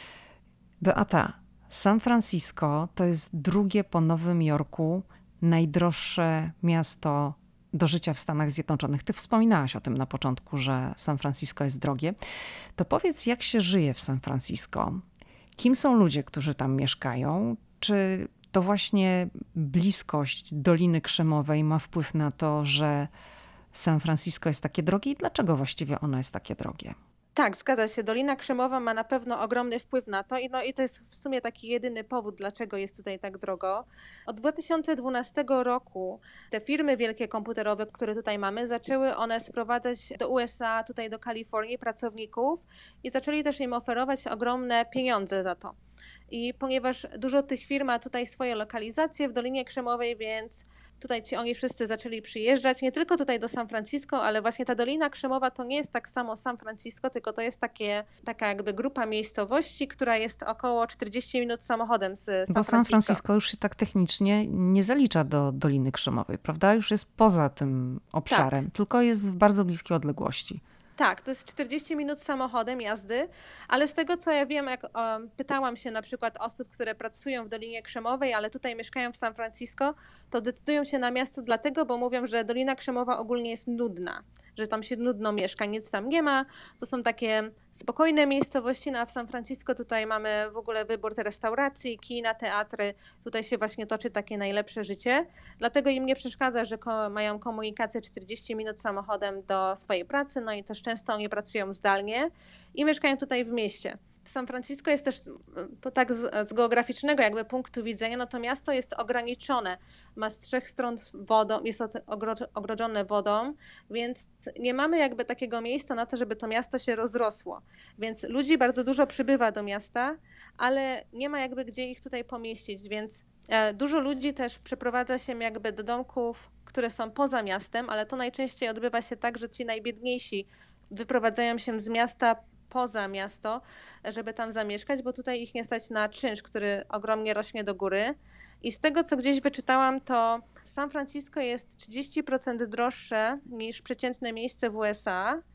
Beata, San Francisco to jest drugie po Nowym Jorku najdroższe miasto do życia w Stanach Zjednoczonych. Ty wspominałaś o tym na początku, że San Francisco jest drogie. To powiedz, jak się żyje w San Francisco? Kim są ludzie, którzy tam mieszkają? Czy to właśnie bliskość Doliny Krzemowej ma wpływ na to, że San Francisco jest takie drogie i dlaczego właściwie ono jest takie drogie? Tak, zgadza się. Dolina Krzemowa ma na pewno ogromny wpływ na to i, no, i to jest w sumie taki jedyny powód, dlaczego jest tutaj tak drogo. Od dwa tysiące dwunastego roku te firmy wielkie komputerowe, które tutaj mamy, zaczęły one sprowadzać do U S A, tutaj do Kalifornii pracowników i zaczęli też im oferować ogromne pieniądze za to. I ponieważ dużo tych firm ma tutaj swoje lokalizacje w Dolinie Krzemowej, więc tutaj ci oni wszyscy zaczęli przyjeżdżać, nie tylko tutaj do San Francisco, ale właśnie ta Dolina Krzemowa to nie jest tak samo San Francisco, tylko to jest takie, taka jakby grupa miejscowości, która jest około czterdzieści minut samochodem z San Francisco. Bo San Francisco już się tak technicznie nie zalicza do Doliny Krzemowej, prawda? Już jest poza tym obszarem, tak. Tylko jest w bardzo bliskiej odległości. Tak, to jest czterdzieści minut samochodem jazdy, ale z tego co ja wiem, jak o, pytałam się na przykład osób, które pracują w Dolinie Krzemowej, ale tutaj mieszkają w San Francisco, to decydują się na miasto dlatego, bo mówią, że Dolina Krzemowa ogólnie jest nudna, że tam się nudno mieszka, nic tam nie ma, to są takie spokojne miejscowości, no a w San Francisco tutaj mamy w ogóle wybór restauracji, kina, teatry, tutaj się właśnie toczy takie najlepsze życie, dlatego im nie przeszkadza, że ko- mają komunikację czterdzieści minut samochodem do swojej pracy, no i też często oni pracują zdalnie i mieszkają tutaj w mieście. San Francisco jest też tak z, z geograficznego jakby punktu widzenia, no to miasto jest ograniczone, ma z trzech stron wodą, jest ogrodzone wodą, więc nie mamy jakby takiego miejsca na to, żeby to miasto się rozrosło. Więc ludzi bardzo dużo przybywa do miasta, ale nie ma jakby gdzie ich tutaj pomieścić, więc dużo ludzi też przeprowadza się jakby do domków, które są poza miastem, ale to najczęściej odbywa się tak, że ci najbiedniejsi wyprowadzają się z miasta poza miasto, żeby tam zamieszkać, bo tutaj ich nie stać na czynsz, który ogromnie rośnie do góry. I z tego, co gdzieś wyczytałam, to San Francisco jest trzydzieści procent droższe niż przeciętne miejsce w U S A.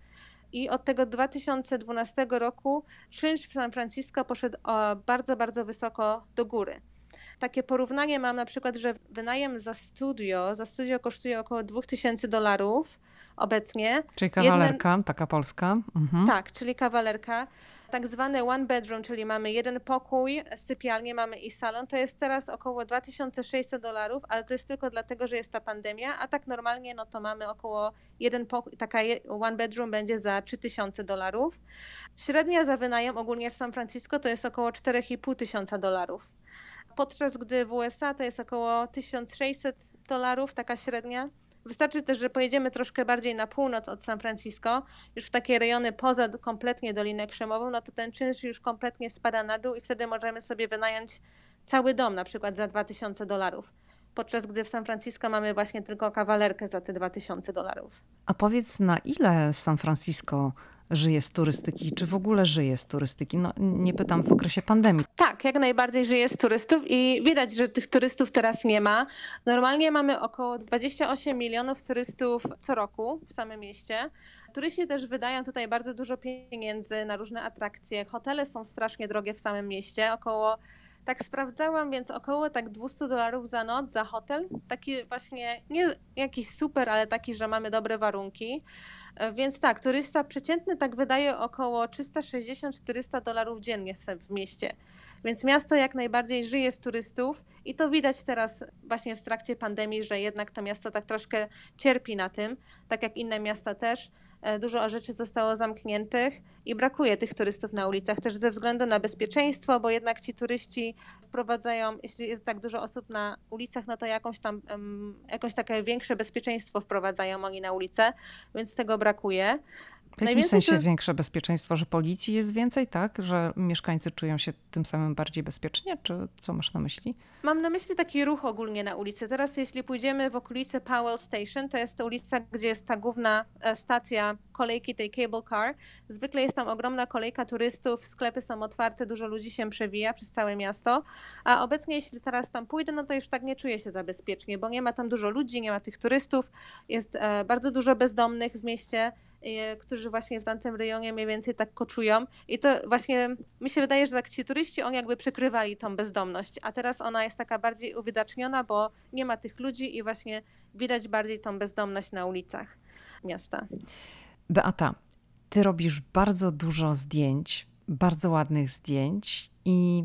I od tego dwa tysiące dwunastego roku czynsz w San Francisco poszedł o bardzo, bardzo wysoko do góry. Takie porównanie mam na przykład, że wynajem za studio, za studio kosztuje około dwa tysiące dolarów obecnie. Czyli kawalerka, Jedne... taka polska. Mhm. Tak, czyli kawalerka. Tak zwany one bedroom, czyli mamy jeden pokój, sypialnię, mamy i salon, to jest teraz około dwa tysiące sześćset dolarów, ale to jest tylko dlatego, że jest ta pandemia, a tak normalnie no to mamy około jeden pokój, taka one bedroom będzie za trzy tysiące dolarów. Średnia za wynajem ogólnie w San Francisco to jest około cztery i pół tysiąca dolarów. Podczas gdy w U S A to jest około tysiąc sześćset dolarów, taka średnia. Wystarczy też, że pojedziemy troszkę bardziej na północ od San Francisco, już w takie rejony poza kompletnie Dolinę Krzemową, no to ten czynsz już kompletnie spada na dół i wtedy możemy sobie wynająć cały dom, na przykład za dwa tysiące dolarów. Podczas gdy w San Francisco mamy właśnie tylko kawalerkę za te dwa tysiące dolarów. A powiedz, na ile San Francisco żyje z turystyki? Czy w ogóle żyje z turystyki? No, nie pytam w okresie pandemii. Tak, jak najbardziej żyje z turystów i widać, że tych turystów teraz nie ma. Normalnie mamy około dwadzieścia osiem milionów turystów co roku w samym mieście. Turyści też wydają tutaj bardzo dużo pieniędzy na różne atrakcje. Hotele są strasznie drogie w samym mieście, około tak sprawdzałam, więc około tak dwieście dolarów za noc, za hotel. Taki właśnie, nie jakiś super, ale taki, że mamy dobre warunki. Więc tak, turysta przeciętny tak wydaje około trzysta sześćdziesiąt do czterysta dolarów dziennie w, w mieście. Więc miasto jak najbardziej żyje z turystów i to widać teraz właśnie w trakcie pandemii, że jednak to miasto tak troszkę cierpi na tym, tak jak inne miasta też. Dużo rzeczy zostało zamkniętych i brakuje tych turystów na ulicach też ze względu na bezpieczeństwo, bo jednak ci turyści wprowadzają, jeśli jest tak dużo osób na ulicach, no to jakąś tam, um, jakąś takie większe bezpieczeństwo wprowadzają oni na ulicę, więc tego brakuje. W jakim sensie to... większe bezpieczeństwo, że policji jest więcej, tak? Że mieszkańcy czują się tym samym bardziej bezpiecznie? Czy co masz na myśli? Mam na myśli taki ruch ogólnie na ulicy. Teraz jeśli pójdziemy w okolice Powell Station, to jest to ulica, gdzie jest ta główna stacja kolejki tej cable car. Zwykle jest tam ogromna kolejka turystów, sklepy są otwarte, dużo ludzi się przewija przez całe miasto. A obecnie jeśli teraz tam pójdę, no to już tak nie czuję się za bezpiecznie, bo nie ma tam dużo ludzi, nie ma tych turystów. Jest e, bardzo dużo bezdomnych w mieście, którzy właśnie w tamtym rejonie mniej więcej tak koczują i to właśnie mi się wydaje, że tak ci turyści, oni jakby przykrywali tą bezdomność, a teraz ona jest taka bardziej uwidaczniona, bo nie ma tych ludzi i właśnie widać bardziej tą bezdomność na ulicach miasta. Beata, ty robisz bardzo dużo zdjęć, bardzo ładnych zdjęć i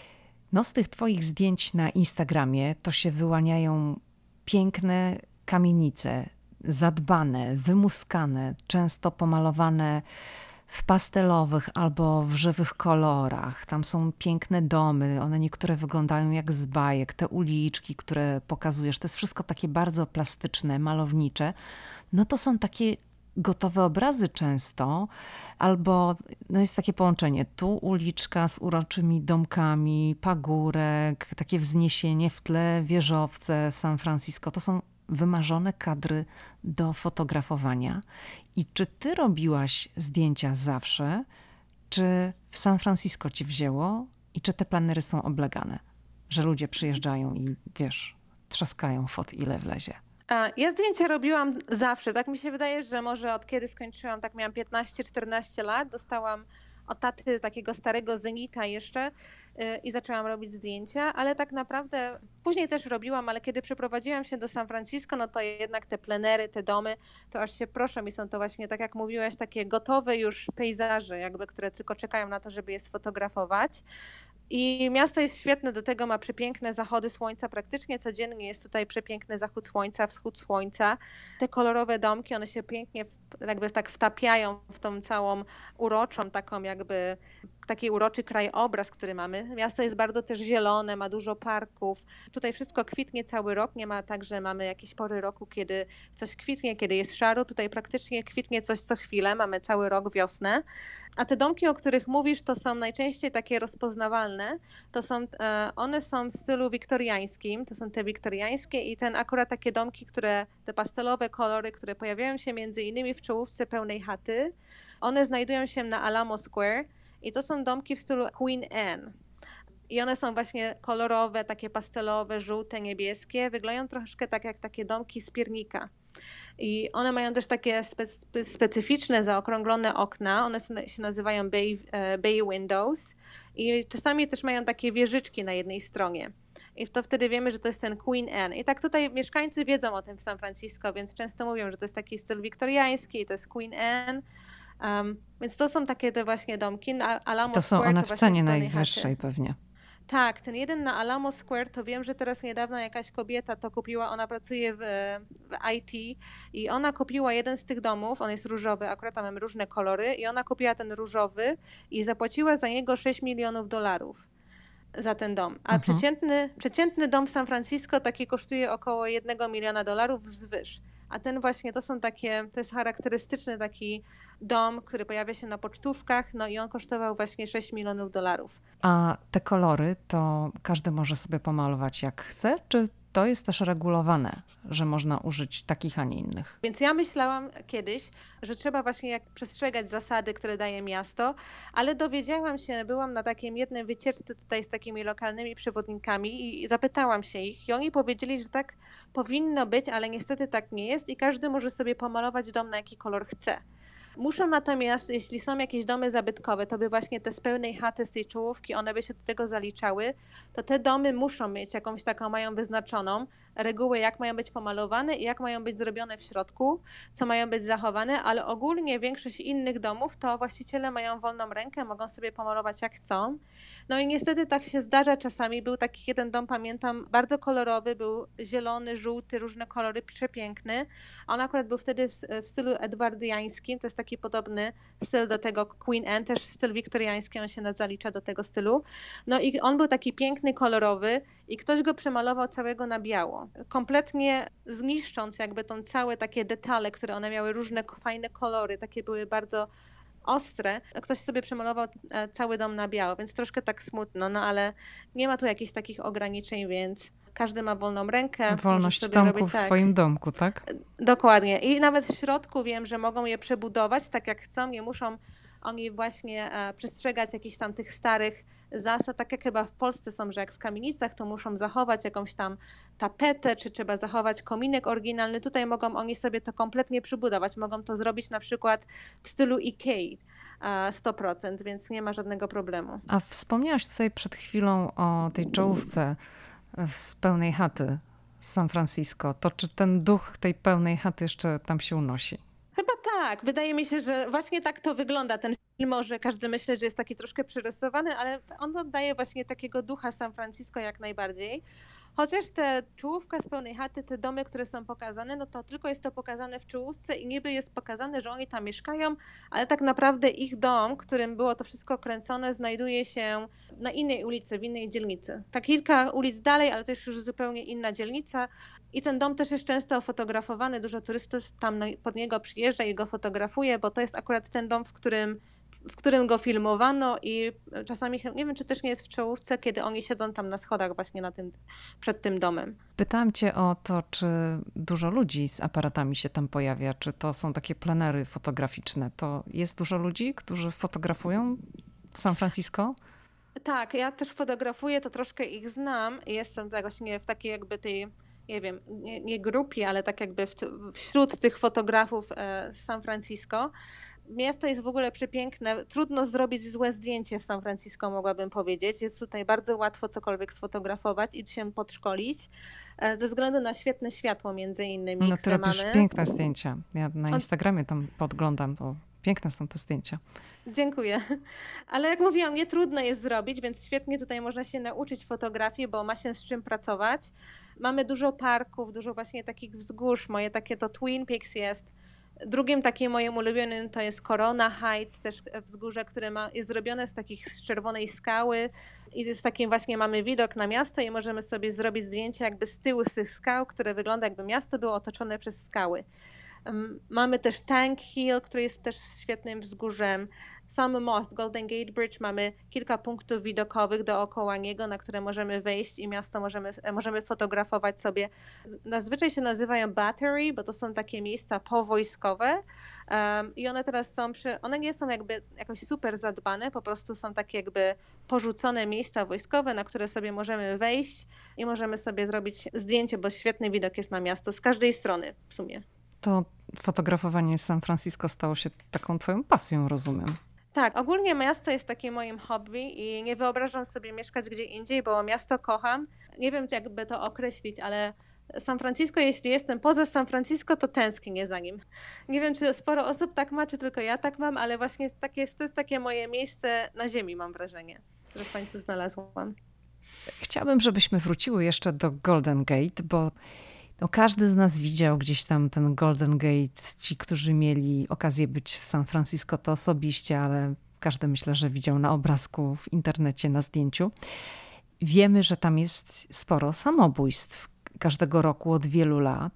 no z tych twoich zdjęć na Instagramie to się wyłaniają piękne kamienice, zadbane, wymuskane, często pomalowane w pastelowych albo w żywych kolorach. Tam są piękne domy, one niektóre wyglądają jak z bajek, te uliczki, które pokazujesz, to jest wszystko takie bardzo plastyczne, malownicze. No to są takie gotowe obrazy często, albo no jest takie połączenie, tu uliczka z uroczymi domkami, pagórek, takie wzniesienie w tle, wieżowce San Francisco. To są wymarzone kadry do fotografowania. I czy ty robiłaś zdjęcia zawsze, czy w San Francisco ci wzięło i czy te planery są oblegane, że ludzie przyjeżdżają i wiesz, trzaskają fot ile wlezie? Ja zdjęcia robiłam zawsze. Tak mi się wydaje, że może od kiedy skończyłam, tak miałam piętnaście czternaście lat, dostałam od taty takiego starego Zenita jeszcze i zaczęłam robić zdjęcia, ale tak naprawdę później też robiłam, ale kiedy przeprowadziłam się do San Francisco, no to jednak te plenery, te domy, to aż się proszę, i są to właśnie, tak jak mówiłaś, takie gotowe już pejzaże, jakby, które tylko czekają na to, żeby je sfotografować. I miasto jest świetne, do tego ma przepiękne zachody słońca, praktycznie codziennie jest tutaj przepiękny zachód słońca, wschód słońca. Te kolorowe domki, one się pięknie jakby tak wtapiają w tą całą uroczą taką jakby, taki uroczy krajobraz, który mamy. Miasto jest bardzo też zielone, ma dużo parków. Tutaj wszystko kwitnie cały rok, nie ma tak, że mamy jakieś pory roku, kiedy coś kwitnie, kiedy jest szaro. Tutaj praktycznie kwitnie coś co chwilę, mamy cały rok wiosnę. A te domki, o których mówisz, to są najczęściej takie rozpoznawalne. To są, one są w stylu wiktoriańskim, to są te wiktoriańskie i ten akurat takie domki, które, te pastelowe kolory, które pojawiają się między innymi w czołówce Pełnej chaty, one znajdują się na Alamo Square i to są domki w stylu Queen Anne. I one są właśnie kolorowe, takie pastelowe, żółte, niebieskie. Wyglądają troszkę tak jak takie domki z piernika. I one mają też takie spe- specyficzne, zaokrąglone okna. One się nazywają bay, bay windows i czasami też mają takie wieżyczki na jednej stronie. I to wtedy wiemy, że to jest ten Queen Anne. I tak tutaj mieszkańcy wiedzą o tym w San Francisco, więc często mówią, że to jest taki styl wiktoriański, to jest Queen Anne. Um, więc to są takie te właśnie domki. Na Alamo to są Square one to w cenie właśnie najwyższej pewnie. Tak, ten jeden na Alamo Square, to wiem, że teraz niedawno jakaś kobieta to kupiła, ona pracuje w, w I T i ona kupiła jeden z tych domów, on jest różowy, akurat tam mamy różne kolory i ona kupiła ten różowy i zapłaciła za niego sześć milionów dolarów za ten dom. A Mhm. przeciętny, przeciętny dom w San Francisco taki kosztuje około jednego miliona dolarów wzwyż. A ten właśnie, to są takie, to jest charakterystyczny taki dom, który pojawia się na pocztówkach, no i on kosztował właśnie sześć milionów dolarów. A te kolory to każdy może sobie pomalować jak chce, czy to jest też regulowane, że można użyć takich, a nie innych? Więc ja myślałam kiedyś, że trzeba właśnie jak przestrzegać zasady, które daje miasto, ale dowiedziałam się, byłam na takim jednej wycieczce tutaj z takimi lokalnymi przewodnikami i zapytałam się ich i oni powiedzieli, że tak powinno być, ale niestety tak nie jest i każdy może sobie pomalować dom na jaki kolor chce. Muszą natomiast, jeśli są jakieś domy zabytkowe, to by właśnie te z pełnej chaty, z tej czołówki, one by się do tego zaliczały, to te domy muszą mieć jakąś taką, mają wyznaczoną regułę, jak mają być pomalowane i jak mają być zrobione w środku, co mają być zachowane, ale ogólnie większość innych domów to właściciele mają wolną rękę, mogą sobie pomalować jak chcą. No i niestety tak się zdarza czasami. Był taki jeden dom, pamiętam, bardzo kolorowy, był zielony, żółty, różne kolory, przepiękny. On akurat był wtedy w, w stylu edwardiańskim, to jest taki podobny styl do tego Queen Anne, też styl wiktoriański, on się zalicza do tego stylu. No i on był taki piękny, kolorowy i ktoś go przemalował całego na biało. Kompletnie zniszcząc jakby tą całe takie detale, które one miały różne fajne kolory, takie były bardzo ostre. Ktoś sobie przemalował cały dom na biało, więc troszkę tak smutno, no ale nie ma tu jakichś takich ograniczeń, więc każdy ma wolną rękę. Wolność sobie domku robić, w tak. swoim domku, tak? Dokładnie. I nawet w środku wiem, że mogą je przebudować tak jak chcą, nie muszą oni właśnie e, przestrzegać jakichś tam tych starych zasad, tak jak chyba w Polsce są, że jak w kamienicach, to muszą zachować jakąś tam tapetę, czy trzeba zachować kominek oryginalny. Tutaj mogą oni sobie to kompletnie przybudować. Mogą to zrobić na przykład w stylu Ikei sto procent, więc nie ma żadnego problemu. A wspomniałaś tutaj przed chwilą o tej czołówce z pełnej chaty z San Francisco. To czy ten duch tej pełnej chaty jeszcze tam się unosi? Chyba tak. Wydaje mi się, że właśnie tak to wygląda ten film. Może każdy myśli, że jest taki troszkę przyrysowany, ale on oddaje właśnie takiego ducha San Francisco jak najbardziej. Chociaż te czołówka z pełnej chaty, te domy, które są pokazane, no to tylko jest to pokazane w czołówce i niby jest pokazane, że oni tam mieszkają, ale tak naprawdę ich dom, którym było to wszystko kręcone, znajduje się na innej ulicy, w innej dzielnicy. Tak kilka ulic dalej, ale to jest już zupełnie inna dzielnica i ten dom też jest często fotografowany, dużo turystów tam pod niego przyjeżdża i go fotografuje, bo to jest akurat ten dom, w którym w którym go filmowano i czasami, nie wiem, czy też nie jest w czołówce, kiedy oni siedzą tam na schodach właśnie na tym, przed tym domem. Pytałam cię o to, czy dużo ludzi z aparatami się tam pojawia, czy to są takie plenery fotograficzne. To jest dużo ludzi, którzy fotografują w San Francisco? Tak, ja też fotografuję, to troszkę ich znam. Jestem tak właśnie w takiej jakby tej, nie wiem, nie, nie grupie, ale tak jakby w, wśród tych fotografów z San Francisco. Miasto jest w ogóle przepiękne. Trudno zrobić złe zdjęcie w San Francisco, mogłabym powiedzieć. Jest tutaj bardzo łatwo cokolwiek sfotografować i się podszkolić. Ze względu na świetne światło między innymi, No ty które robisz mamy. piękne zdjęcia. Ja na Instagramie tam podglądam, to piękne są te zdjęcia. Dziękuję. Ale jak mówiłam, nie trudno jest zrobić, więc świetnie tutaj można się nauczyć fotografii, bo ma się z czym pracować. Mamy dużo parków, dużo właśnie takich wzgórz. Moje takie to Twin Peaks jest. Drugim takim moim ulubionym to jest Corona Heights, też wzgórze, które ma, jest zrobione z takich z czerwonej skały i z takim właśnie mamy widok na miasto i możemy sobie zrobić zdjęcie jakby z tyłu z tych skał, które wygląda jakby miasto było otoczone przez skały. Mamy też Tank Hill, który jest też świetnym wzgórzem. Sam most, Golden Gate Bridge, mamy kilka punktów widokowych dookoła niego, na które możemy wejść i miasto możemy, możemy fotografować sobie. Zazwyczaj się nazywają Battery, bo to są takie miejsca powojskowe um, i one teraz są, przy, one nie są jakby jakoś super zadbane, po prostu są takie jakby porzucone miejsca wojskowe, na które sobie możemy wejść i możemy sobie zrobić zdjęcie, bo świetny widok jest na miasto z każdej strony w sumie. To fotografowanie z San Francisco stało się taką twoją pasją, rozumiem. Tak, ogólnie miasto jest takim moim hobby i nie wyobrażam sobie mieszkać gdzie indziej, bo miasto kocham. Nie wiem, jakby to określić, ale San Francisco, jeśli jestem poza San Francisco, to tęsknię za nim. Nie wiem, czy sporo osób tak ma, czy tylko ja tak mam, ale właśnie takie, to jest takie moje miejsce na ziemi, mam wrażenie, że w końcu znalazłam. Chciałabym, żebyśmy wróciły jeszcze do Golden Gate, bo no, każdy z nas widział gdzieś tam ten Golden Gate. Ci, którzy mieli okazję być w San Francisco, to osobiście, ale każdy myślę, że widział na obrazku w internecie, na zdjęciu. Wiemy, że tam jest sporo samobójstw. Każdego roku od wielu lat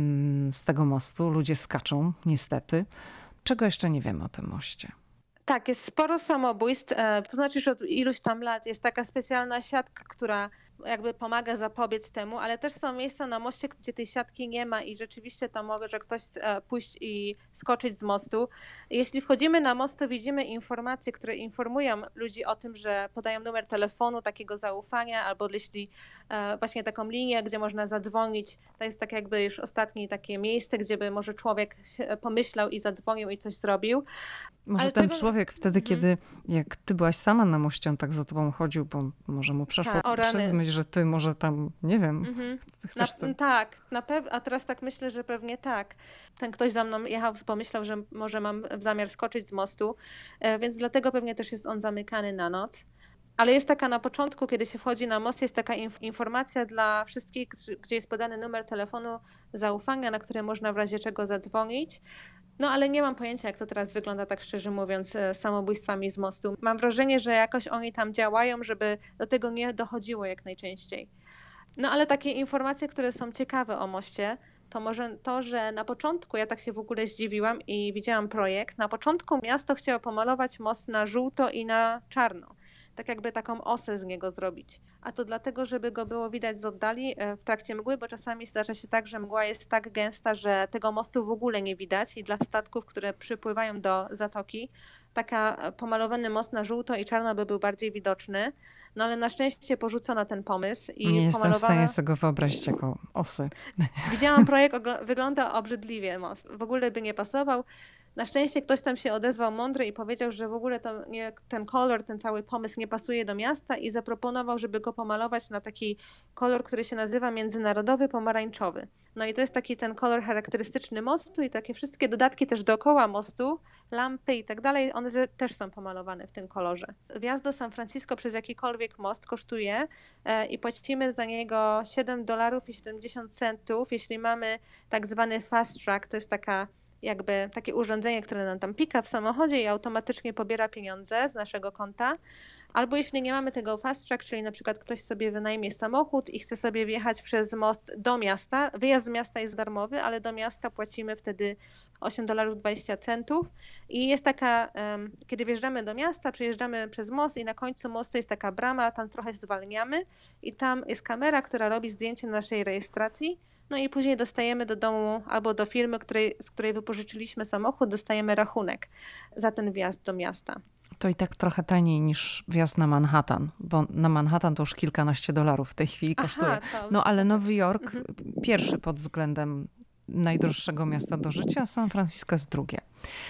z tego mostu ludzie skaczą, niestety. Czego jeszcze nie wiemy o tym moście? Tak, jest sporo samobójstw, to znaczy, że od iluś tam lat jest taka specjalna siatka, która jakby pomaga zapobiec temu, ale też są miejsca na moście, gdzie tej siatki nie ma i rzeczywiście tam może ktoś pójść i skoczyć z mostu. Jeśli wchodzimy na most, to widzimy informacje, które informują ludzi o tym, że podają numer telefonu takiego zaufania, albo jeśli właśnie taką linię, gdzie można zadzwonić, to jest tak jakby już ostatnie takie miejsce, gdzie by może człowiek pomyślał i zadzwonił i coś zrobił. Może Ale ten czego... człowiek wtedy, mhm. kiedy jak ty byłaś sama na moście, on tak za tobą chodził, bo może mu przeszło Ta, przez myśl, że ty może tam, nie wiem, mhm. chcesz na, Tak, na pew- a teraz tak myślę, że pewnie tak. Ten ktoś za mną jechał, pomyślał, że może mam zamiar skoczyć z mostu, więc dlatego pewnie też jest on zamykany na noc. Ale jest taka na początku, kiedy się wchodzi na most, jest taka inf- informacja dla wszystkich, gdzie jest podany numer telefonu zaufania, na który można w razie czego zadzwonić. No ale nie mam pojęcia, jak to teraz wygląda, tak szczerze mówiąc, z samobójstwami z mostu. Mam wrażenie, że jakoś oni tam działają, żeby do tego nie dochodziło jak najczęściej. No ale takie informacje, które są ciekawe o moście, to może to, że na początku, ja tak się w ogóle zdziwiłam i widziałam projekt, na początku miasto chciało pomalować most na żółto i na czarno. Tak jakby taką osę z niego zrobić. A to dlatego, żeby go było widać z oddali w trakcie mgły, bo czasami zdarza się tak, że mgła jest tak gęsta, że tego mostu w ogóle nie widać i dla statków, które przypływają do zatoki, taka pomalowany most na żółto i czarno by był bardziej widoczny. No ale na szczęście porzucono ten pomysł. I nie pomalowano... jestem w stanie sobie go wyobrazić jako osy. Widziałam projekt, wygląda obrzydliwie most. W ogóle by nie pasował. Na szczęście ktoś tam się odezwał mądry i powiedział, że w ogóle to nie, ten kolor, ten cały pomysł nie pasuje do miasta i zaproponował, żeby go pomalować na taki kolor, który się nazywa międzynarodowy pomarańczowy. No i to jest taki ten kolor charakterystyczny mostu i takie wszystkie dodatki też dookoła mostu, lampy i tak dalej, one też są pomalowane w tym kolorze. Wjazd do San Francisco przez jakikolwiek most kosztuje e, i płacimy za niego siedem dolarów i siedemdziesiąt centów, jeśli mamy tak zwany fast track, to jest taka jakby takie urządzenie, które nam tam pika w samochodzie i automatycznie pobiera pieniądze z naszego konta. Albo jeśli nie mamy tego fast track, czyli na przykład ktoś sobie wynajmie samochód i chce sobie wjechać przez most do miasta. Wyjazd z miasta jest darmowy, ale do miasta płacimy wtedy osiem dolarów dwadzieścia centów. I jest taka, um, kiedy wjeżdżamy do miasta, przejeżdżamy przez most i na końcu mostu jest taka brama, tam trochę zwalniamy i tam jest kamera, która robi zdjęcie naszej rejestracji. No i później dostajemy do domu albo do firmy, której, z której wypożyczyliśmy samochód, dostajemy rachunek za ten wjazd do miasta. To i tak trochę taniej niż wjazd na Manhattan, bo na Manhattan to już kilkanaście dolarów w tej chwili kosztuje. Aha, no ale Nowy Jork mhm. pierwszy pod względem najdroższego miasta do życia, a San Francisco jest drugie.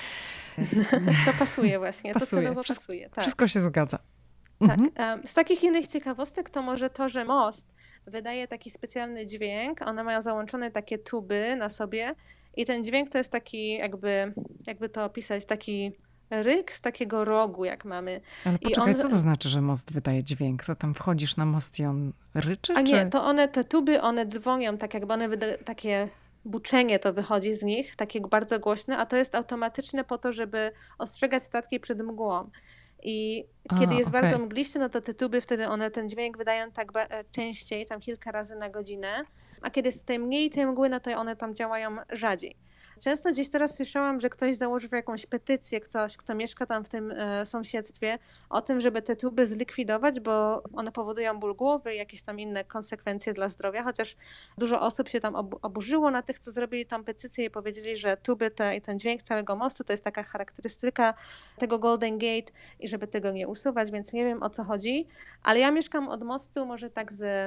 To pasuje właśnie, pasuje. to celowo Wszystko, pasuje. Tak. Wszystko się zgadza. Tak. Mhm. Z takich innych ciekawostek to może to, że most wydaje taki specjalny dźwięk. One mają załączone takie tuby na sobie i ten dźwięk to jest taki jakby, jakby to opisać, taki ryk z takiego rogu, jak mamy. Ale poczekaj, I on... co to znaczy, że most wydaje dźwięk? To tam wchodzisz na most i on ryczy? A czy... nie, to one, te tuby, one dzwonią, tak jakby one wyda... takie buczenie to wychodzi z nich, takie bardzo głośne, a to jest automatyczne po to, żeby ostrzegać statki przed mgłą. I kiedy A, jest okay. bardzo mgliście, no to te tuby wtedy one ten dźwięk wydają tak ba- częściej, tam kilka razy na godzinę, a kiedy jest tutaj mniej tej mgły, no to one tam działają rzadziej. Często gdzieś teraz słyszałam, że ktoś założył jakąś petycję, ktoś, kto mieszka tam w tym e, sąsiedztwie, o tym, żeby te tuby zlikwidować, bo one powodują ból głowy i jakieś tam inne konsekwencje dla zdrowia, chociaż dużo osób się tam ob- oburzyło na tych, co zrobili tam petycję i powiedzieli, że tuby te, i ten dźwięk całego mostu to jest taka charakterystyka tego Golden Gate i żeby tego nie usuwać, więc nie wiem, o co chodzi, ale ja mieszkam od mostu może tak z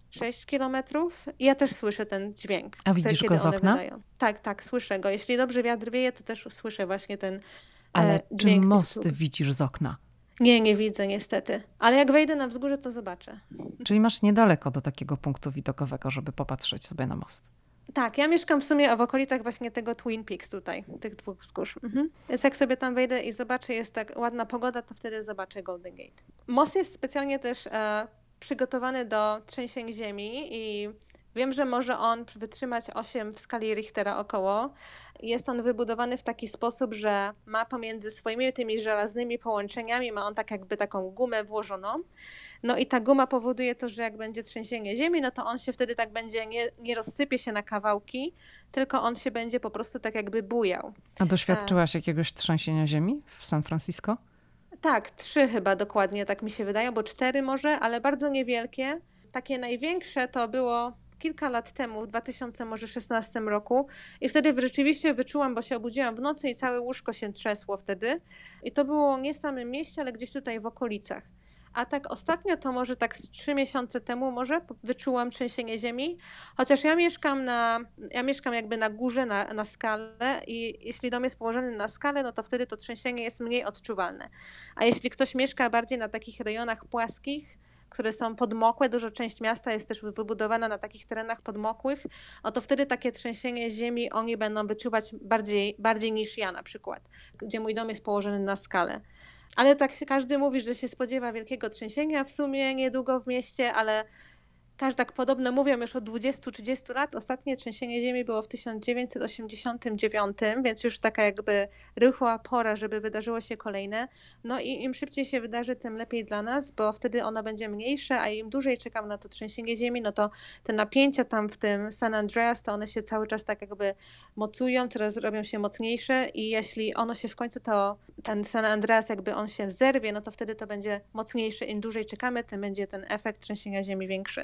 sześć kilometrów i ja też słyszę ten dźwięk, A który, widzisz go kiedy z one okna? wydają. Tak, tak, słyszę go. Jeśli dobrze wiatr wieje, to też słyszę właśnie ten Ale e, czy dźwięk tych mosty tur. widzisz z okna? Nie, nie widzę niestety. Ale jak wejdę na wzgórze, to zobaczę. Czyli masz niedaleko do takiego punktu widokowego, żeby popatrzeć sobie na most. Tak, ja mieszkam w sumie w okolicach właśnie tego Twin Peaks tutaj, tych dwóch wzgórz. Mhm. Więc jak sobie tam wejdę i zobaczę, jest tak ładna pogoda, to wtedy zobaczę Golden Gate. Most jest specjalnie też e, przygotowany do trzęsień ziemi i wiem, że może on wytrzymać osiem w skali Richtera około. Jest on wybudowany w taki sposób, że ma pomiędzy swoimi tymi żelaznymi połączeniami, ma on tak jakby taką gumę włożoną. No i ta guma powoduje to, że jak będzie trzęsienie ziemi, no to on się wtedy tak będzie, nie, nie rozsypie się na kawałki, tylko on się będzie po prostu tak jakby bujał. A doświadczyłaś jakiegoś trzęsienia ziemi w San Francisco? Tak, trzy chyba dokładnie, tak mi się wydaje, bo cztery może, ale bardzo niewielkie. Takie największe to było kilka lat temu, w dwa tysiące szesnastym roku i wtedy rzeczywiście wyczułam, bo się obudziłam w nocy i całe łóżko się trzęsło wtedy. I to było nie w samym mieście, ale gdzieś tutaj w okolicach. A tak ostatnio, to może tak z trzy miesiące temu może wyczułam trzęsienie ziemi, chociaż ja mieszkam na, ja mieszkam jakby na górze, na, na skale i jeśli dom jest położony na skale, no to wtedy to trzęsienie jest mniej odczuwalne. A jeśli ktoś mieszka bardziej na takich rejonach płaskich, które są podmokłe, duża część miasta jest też wybudowana na takich terenach podmokłych, o to wtedy takie trzęsienie ziemi oni będą wyczuwać bardziej, bardziej niż ja na przykład, gdzie mój dom jest położony na skale. Ale tak się każdy mówi, że się spodziewa wielkiego trzęsienia w sumie niedługo w mieście, ale każdy tak podobno mówią już od dwudziestu trzydziestu lat. Ostatnie trzęsienie ziemi było w tysiąc dziewięćset osiemdziesiątym dziewiątym, więc już taka jakby rychła pora, żeby wydarzyło się kolejne. No i im szybciej się wydarzy, tym lepiej dla nas, bo wtedy ono będzie mniejsze, a im dłużej czekam na to trzęsienie ziemi, no to te napięcia tam w tym San Andreas, to one się cały czas tak jakby mocują, coraz robią się mocniejsze i jeśli ono się w końcu to, ten San Andreas jakby on się zerwie, no to wtedy to będzie mocniejsze. Im dłużej czekamy, tym będzie ten efekt trzęsienia ziemi większy.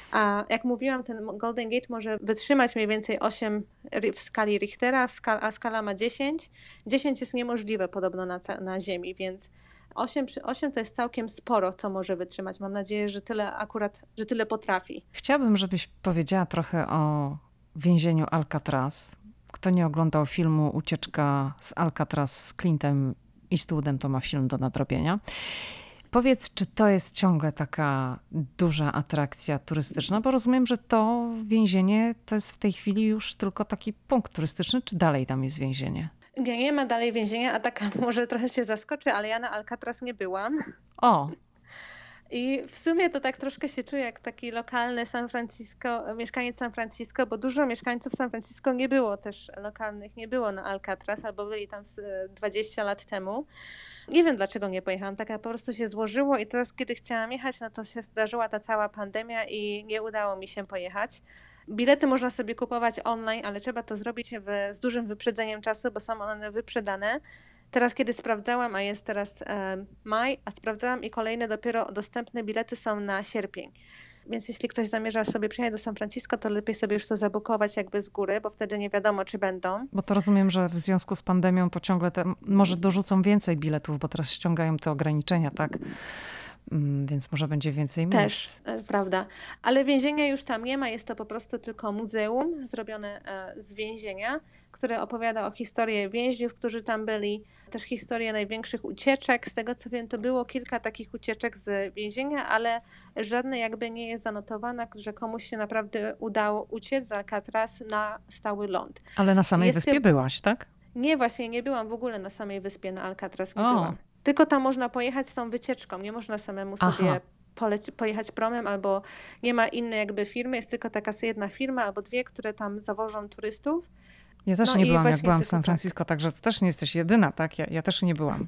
A jak mówiłam, ten Golden Gate może wytrzymać mniej więcej osiem w skali Richtera, a skala ma dziesięć. dziesięć jest niemożliwe podobno na, na Ziemi, więc osiem, osiem to jest całkiem sporo, co może wytrzymać. Mam nadzieję, że tyle akurat, że tyle potrafi. Chciałabym, żebyś powiedziała trochę o więzieniu Alcatraz. Kto nie oglądał filmu Ucieczka z Alcatraz z Clintem Eastwoodem, to ma film do nadrobienia. Powiedz, czy to jest ciągle taka duża atrakcja turystyczna? Bo rozumiem, że to więzienie to jest w tej chwili już tylko taki punkt turystyczny, czy dalej tam jest więzienie? Nie, nie ma dalej więzienia, a taka może trochę się zaskoczy, ale ja na Alcatraz nie byłam. O! I w sumie to tak troszkę się czuję jak taki lokalny San Francisco, mieszkaniec San Francisco, bo dużo mieszkańców San Francisco nie było też lokalnych, nie było na Alcatraz, albo byli tam dwadzieścia lat temu. Nie wiem, dlaczego nie pojechałam, tak po prostu się złożyło i teraz, kiedy chciałam jechać, no to się zdarzyła ta cała pandemia i nie udało mi się pojechać. Bilety można sobie kupować online, ale trzeba to zrobić w, z dużym wyprzedzeniem czasu, bo są one wyprzedane. Teraz, kiedy sprawdzałam, a jest teraz e, maj, a sprawdzałam i kolejne dopiero dostępne bilety są na sierpień. Więc jeśli ktoś zamierza sobie przyjechać do San Francisco, to lepiej sobie już to zabukować jakby z góry, bo wtedy nie wiadomo, czy będą. Bo to rozumiem, że w związku z pandemią to ciągle te, może dorzucą więcej biletów, bo teraz ściągają te ograniczenia, tak? Więc może będzie więcej miejsc. Też, prawda. Ale więzienia już tam nie ma, jest to po prostu tylko muzeum zrobione z więzienia, które opowiada o historii więźniów, którzy tam byli, też historię największych ucieczek. Z tego co wiem, to było kilka takich ucieczek z więzienia, ale żadna jakby nie jest zanotowana, że komuś się naprawdę udało uciec z Alcatraz na stały ląd. Ale na samej jest wyspie byłaś, tak? Nie, właśnie nie byłam w ogóle na samej wyspie, na Alcatraz nie O. byłam. Tylko tam można pojechać z tą wycieczką, nie można samemu sobie Aha. poleci- pojechać promem, albo nie ma innej jakby firmy, jest tylko taka jedna firma albo dwie, które tam zawożą turystów. Ja też No nie i byłam, jak właśnie byłam w tylko San tak. Francisco, także to też nie jesteś jedyna, tak? Ja, ja też nie byłam.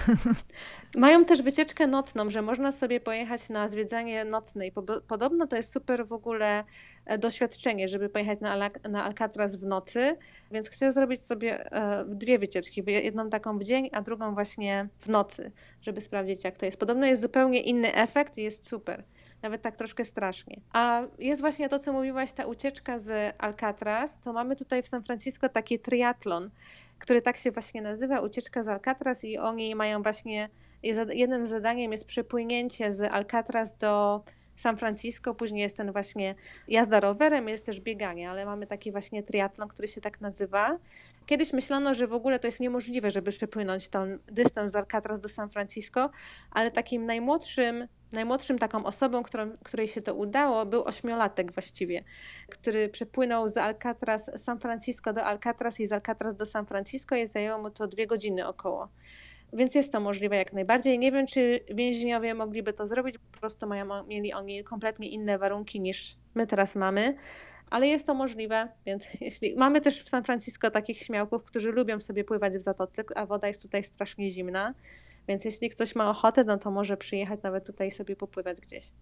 Mają też wycieczkę nocną, że można sobie pojechać na zwiedzanie nocne i po- podobno to jest super w ogóle e, doświadczenie, żeby pojechać na, Ala- na Alcatraz w nocy, więc chcę zrobić sobie e, dwie wycieczki, jedną taką w dzień, a drugą właśnie w nocy, żeby sprawdzić jak to jest. Podobno jest zupełnie inny efekt i jest super. Nawet tak troszkę strasznie. A jest właśnie to, co mówiłaś, ta ucieczka z Alcatraz, to mamy tutaj w San Francisco taki triatlon, który tak się właśnie nazywa, ucieczka z Alcatraz i oni mają właśnie, jednym zadaniem jest przepłynięcie z Alcatraz do San Francisco, później jest ten właśnie jazda rowerem, jest też bieganie, ale mamy taki właśnie triatlon, który się tak nazywa. Kiedyś myślano, że w ogóle to jest niemożliwe, żeby przepłynąć ten dystans z Alcatraz do San Francisco, ale takim najmłodszym Najmłodszym taką osobą, którą, której się to udało, był ośmiolatek właściwie, który przepłynął z Alcatraz, San Francisco do Alcatraz i z Alcatraz do San Francisco i zajęło mu to dwie godziny około. Więc jest to możliwe jak najbardziej. Nie wiem, czy więźniowie mogliby to zrobić, po prostu mają, mieli oni kompletnie inne warunki niż my teraz mamy, ale jest to możliwe, więc jeśli... Mamy też w San Francisco takich śmiałków, którzy lubią sobie pływać w zatoce, a woda jest tutaj strasznie zimna. Więc jeśli ktoś ma ochotę, no to może przyjechać nawet tutaj i sobie popływać gdzieś.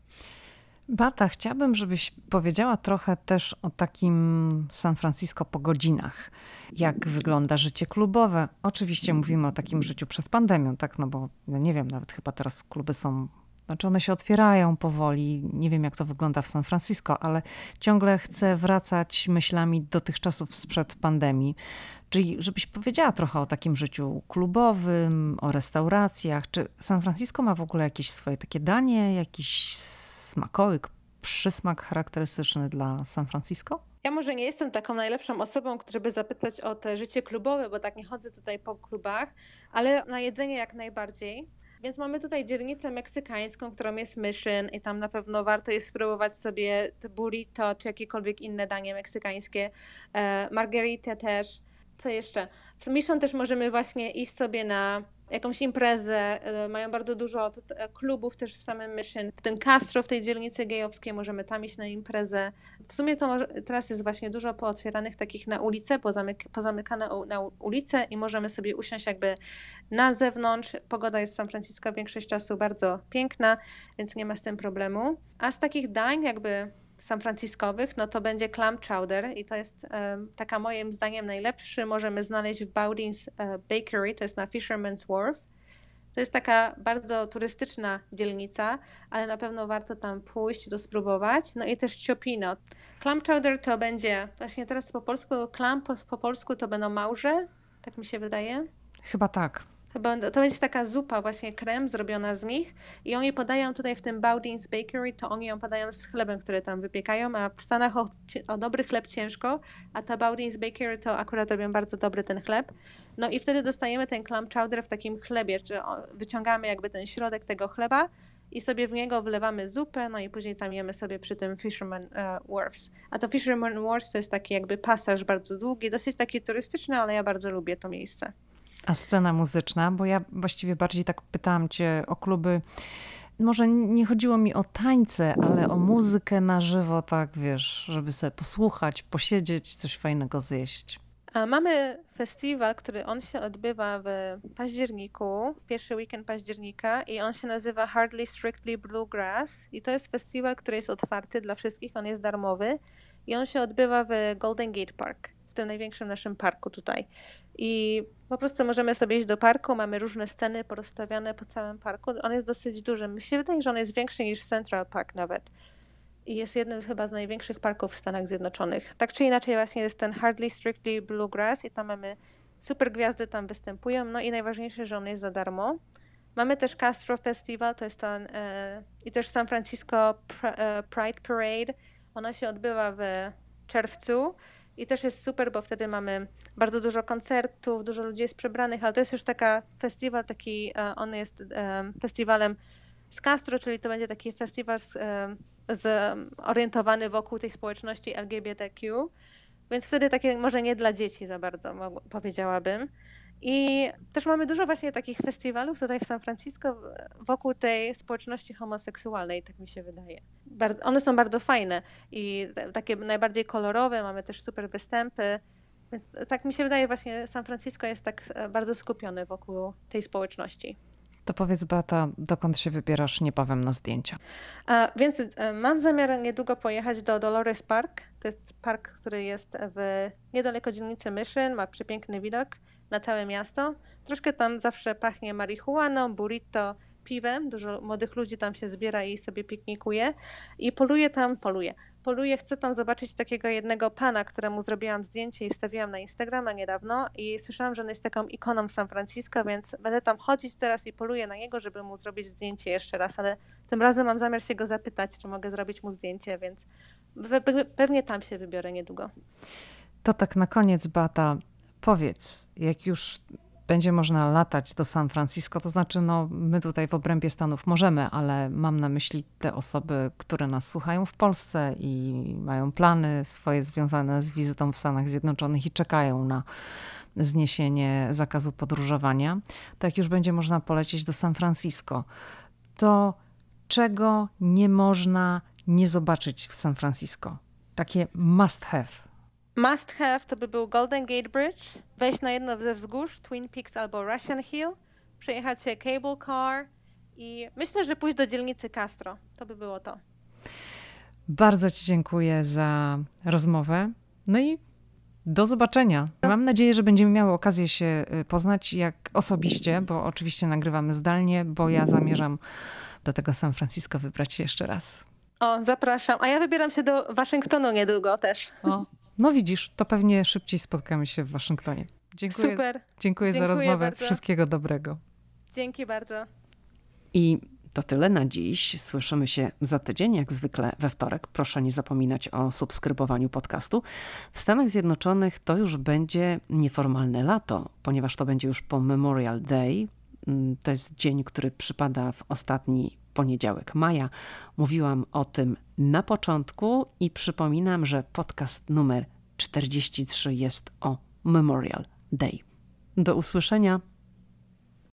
Beata, chciałabym, żebyś powiedziała trochę też o takim San Francisco po godzinach. Jak wygląda życie klubowe? Oczywiście mówimy o takim życiu przed pandemią, tak? No bo no nie wiem, nawet chyba teraz kluby są, znaczy one się otwierają powoli. Nie wiem, jak to wygląda w San Francisco, ale ciągle chcę wracać myślami do tych czasów sprzed pandemii. Czyli żebyś powiedziała trochę o takim życiu klubowym, o restauracjach. Czy San Francisco ma w ogóle jakieś swoje takie danie, jakiś smakołyk, przysmak charakterystyczny dla San Francisco? Ja może nie jestem taką najlepszą osobą, żeby zapytać o to życie klubowe, bo tak nie chodzę tutaj po klubach, ale na jedzenie jak najbardziej. Więc mamy tutaj dzielnicę meksykańską, którą jest Mission i tam na pewno warto jest spróbować sobie burrito czy jakiekolwiek inne danie meksykańskie. E, margheritę też. Co jeszcze? W Mission też możemy właśnie iść sobie na jakąś imprezę. Mają bardzo dużo klubów też w samym Mission. W tym Castro, w tej dzielnicy gejowskiej możemy tam iść na imprezę. W sumie to może, teraz jest właśnie dużo pootwieranych takich na ulicę, pozamyk, pozamykane na ulicę i możemy sobie usiąść jakby na zewnątrz. Pogoda jest w San Francisco większość czasu bardzo piękna, więc nie ma z tym problemu. A z takich dań jakby San Franciscowych, no to będzie clam chowder i to jest um, taka moim zdaniem najlepszy. Możemy znaleźć w Bowden's uh, Bakery, to jest na Fisherman's Wharf. To jest taka bardzo turystyczna dzielnica, ale na pewno warto tam pójść, to spróbować. No i też Chopino. Clam chowder to będzie, właśnie teraz po polsku, clam po, po polsku to będą małże, tak mi się wydaje. Chyba tak. Chyba to będzie taka zupa, właśnie krem zrobiona z nich i oni podają tutaj w tym Bowden's Bakery, to oni ją podają z chlebem, który tam wypiekają, a w Stanach o, o dobry chleb ciężko, a ta Bowden's Bakery to akurat robią bardzo dobry ten chleb. No i wtedy dostajemy ten clam chowder w takim chlebie, czy wyciągamy jakby ten środek tego chleba i sobie w niego wlewamy zupę, no i później tam jemy sobie przy tym Fisherman uh, Wharfs. A to Fisherman Wharfs to jest taki jakby pasaż bardzo długi, dosyć taki turystyczny, ale ja bardzo lubię to miejsce. A scena muzyczna, bo ja właściwie bardziej tak pytałam cię o kluby, może nie chodziło mi o tańce, ale o muzykę na żywo, tak wiesz, żeby sobie posłuchać, posiedzieć, coś fajnego zjeść. A mamy festiwal, który on się odbywa w październiku, w pierwszy weekend października i on się nazywa Hardly Strictly Bluegrass i to jest festiwal, który jest otwarty dla wszystkich, on jest darmowy i on się odbywa w Golden Gate Park, w tym największym naszym parku tutaj. I po prostu możemy sobie iść do parku, mamy różne sceny porozstawione po całym parku. On jest dosyć duży. Mi się wydaje, że on jest większy niż Central Park nawet. I jest jednym chyba z największych parków w Stanach Zjednoczonych. Tak czy inaczej właśnie jest ten Hardly Strictly Bluegrass i tam mamy super gwiazdy tam występują. No i najważniejsze, że on jest za darmo. Mamy też Castro Festival, to jest ten e, i też San Francisco Pride Parade. Ona się odbywa w czerwcu. I też jest super, bo wtedy mamy bardzo dużo koncertów, dużo ludzi jest przebranych, ale to jest już taka festiwal, taki, on jest festiwalem z Castro, czyli to będzie taki festiwal z, z, orientowany wokół tej społeczności L G B T Q, więc wtedy takie może nie dla dzieci za bardzo, powiedziałabym. I też mamy dużo właśnie takich festiwalów tutaj w San Francisco wokół tej społeczności homoseksualnej, tak mi się wydaje. One są bardzo fajne i takie najbardziej kolorowe, mamy też super występy, więc tak mi się wydaje właśnie San Francisco jest tak bardzo skupiony wokół tej społeczności. To powiedz, Beata, dokąd się wybierasz niebawem na zdjęcia? A, więc mam zamiar niedługo pojechać do Dolores Park. To jest park, który jest w niedaleko dzielnicy Mission, ma przepiękny widok na całe miasto. Troszkę tam zawsze pachnie marihuaną, burrito, piwem. Dużo młodych ludzi tam się zbiera i sobie piknikuje. I poluje tam, poluje. poluję, chcę tam zobaczyć takiego jednego pana, któremu zrobiłam zdjęcie i wstawiłam na Instagrama niedawno i słyszałam, że on jest taką ikoną San Francisco, więc będę tam chodzić teraz i poluję na niego, żeby mu zrobić zdjęcie jeszcze raz, ale tym razem mam zamiar się go zapytać, czy mogę zrobić mu zdjęcie, więc pe- pewnie tam się wybiorę niedługo. To tak na koniec, Beata, powiedz, jak już będzie można latać do San Francisco, to znaczy no my tutaj w obrębie Stanów możemy, ale mam na myśli te osoby, które nas słuchają w Polsce i mają plany swoje związane z wizytą w Stanach Zjednoczonych i czekają na zniesienie zakazu podróżowania, to jak już będzie można polecieć do San Francisco, to czego nie można nie zobaczyć w San Francisco? Takie must have. Must have to by był Golden Gate Bridge, wejść na jedno ze wzgórz, Twin Peaks albo Russian Hill, przejechać się cable car i myślę, że pójść do dzielnicy Castro. To by było to. Bardzo Ci dziękuję za rozmowę. No i do zobaczenia. Mam nadzieję, że będziemy miały okazję się poznać jak osobiście, bo oczywiście nagrywamy zdalnie, bo ja zamierzam do tego San Francisco wybrać się jeszcze raz. O, zapraszam. A ja wybieram się do Waszyngtonu niedługo też. O, no widzisz, to pewnie szybciej spotkamy się w Waszyngtonie. Dziękuję, Super. Dziękuję, Dziękuję za rozmowę. bardzo. Wszystkiego dobrego. Dzięki bardzo. I to tyle na dziś. Słyszymy się za tydzień, jak zwykle we wtorek. Proszę nie zapominać o subskrybowaniu podcastu. W Stanach Zjednoczonych to już będzie nieformalne lato, ponieważ to będzie już po Memorial Day. To jest dzień, który przypada w ostatni poniedziałek maja. Mówiłam o tym na początku i przypominam, że podcast numer czterdzieści trzy jest o Memorial Day. Do usłyszenia.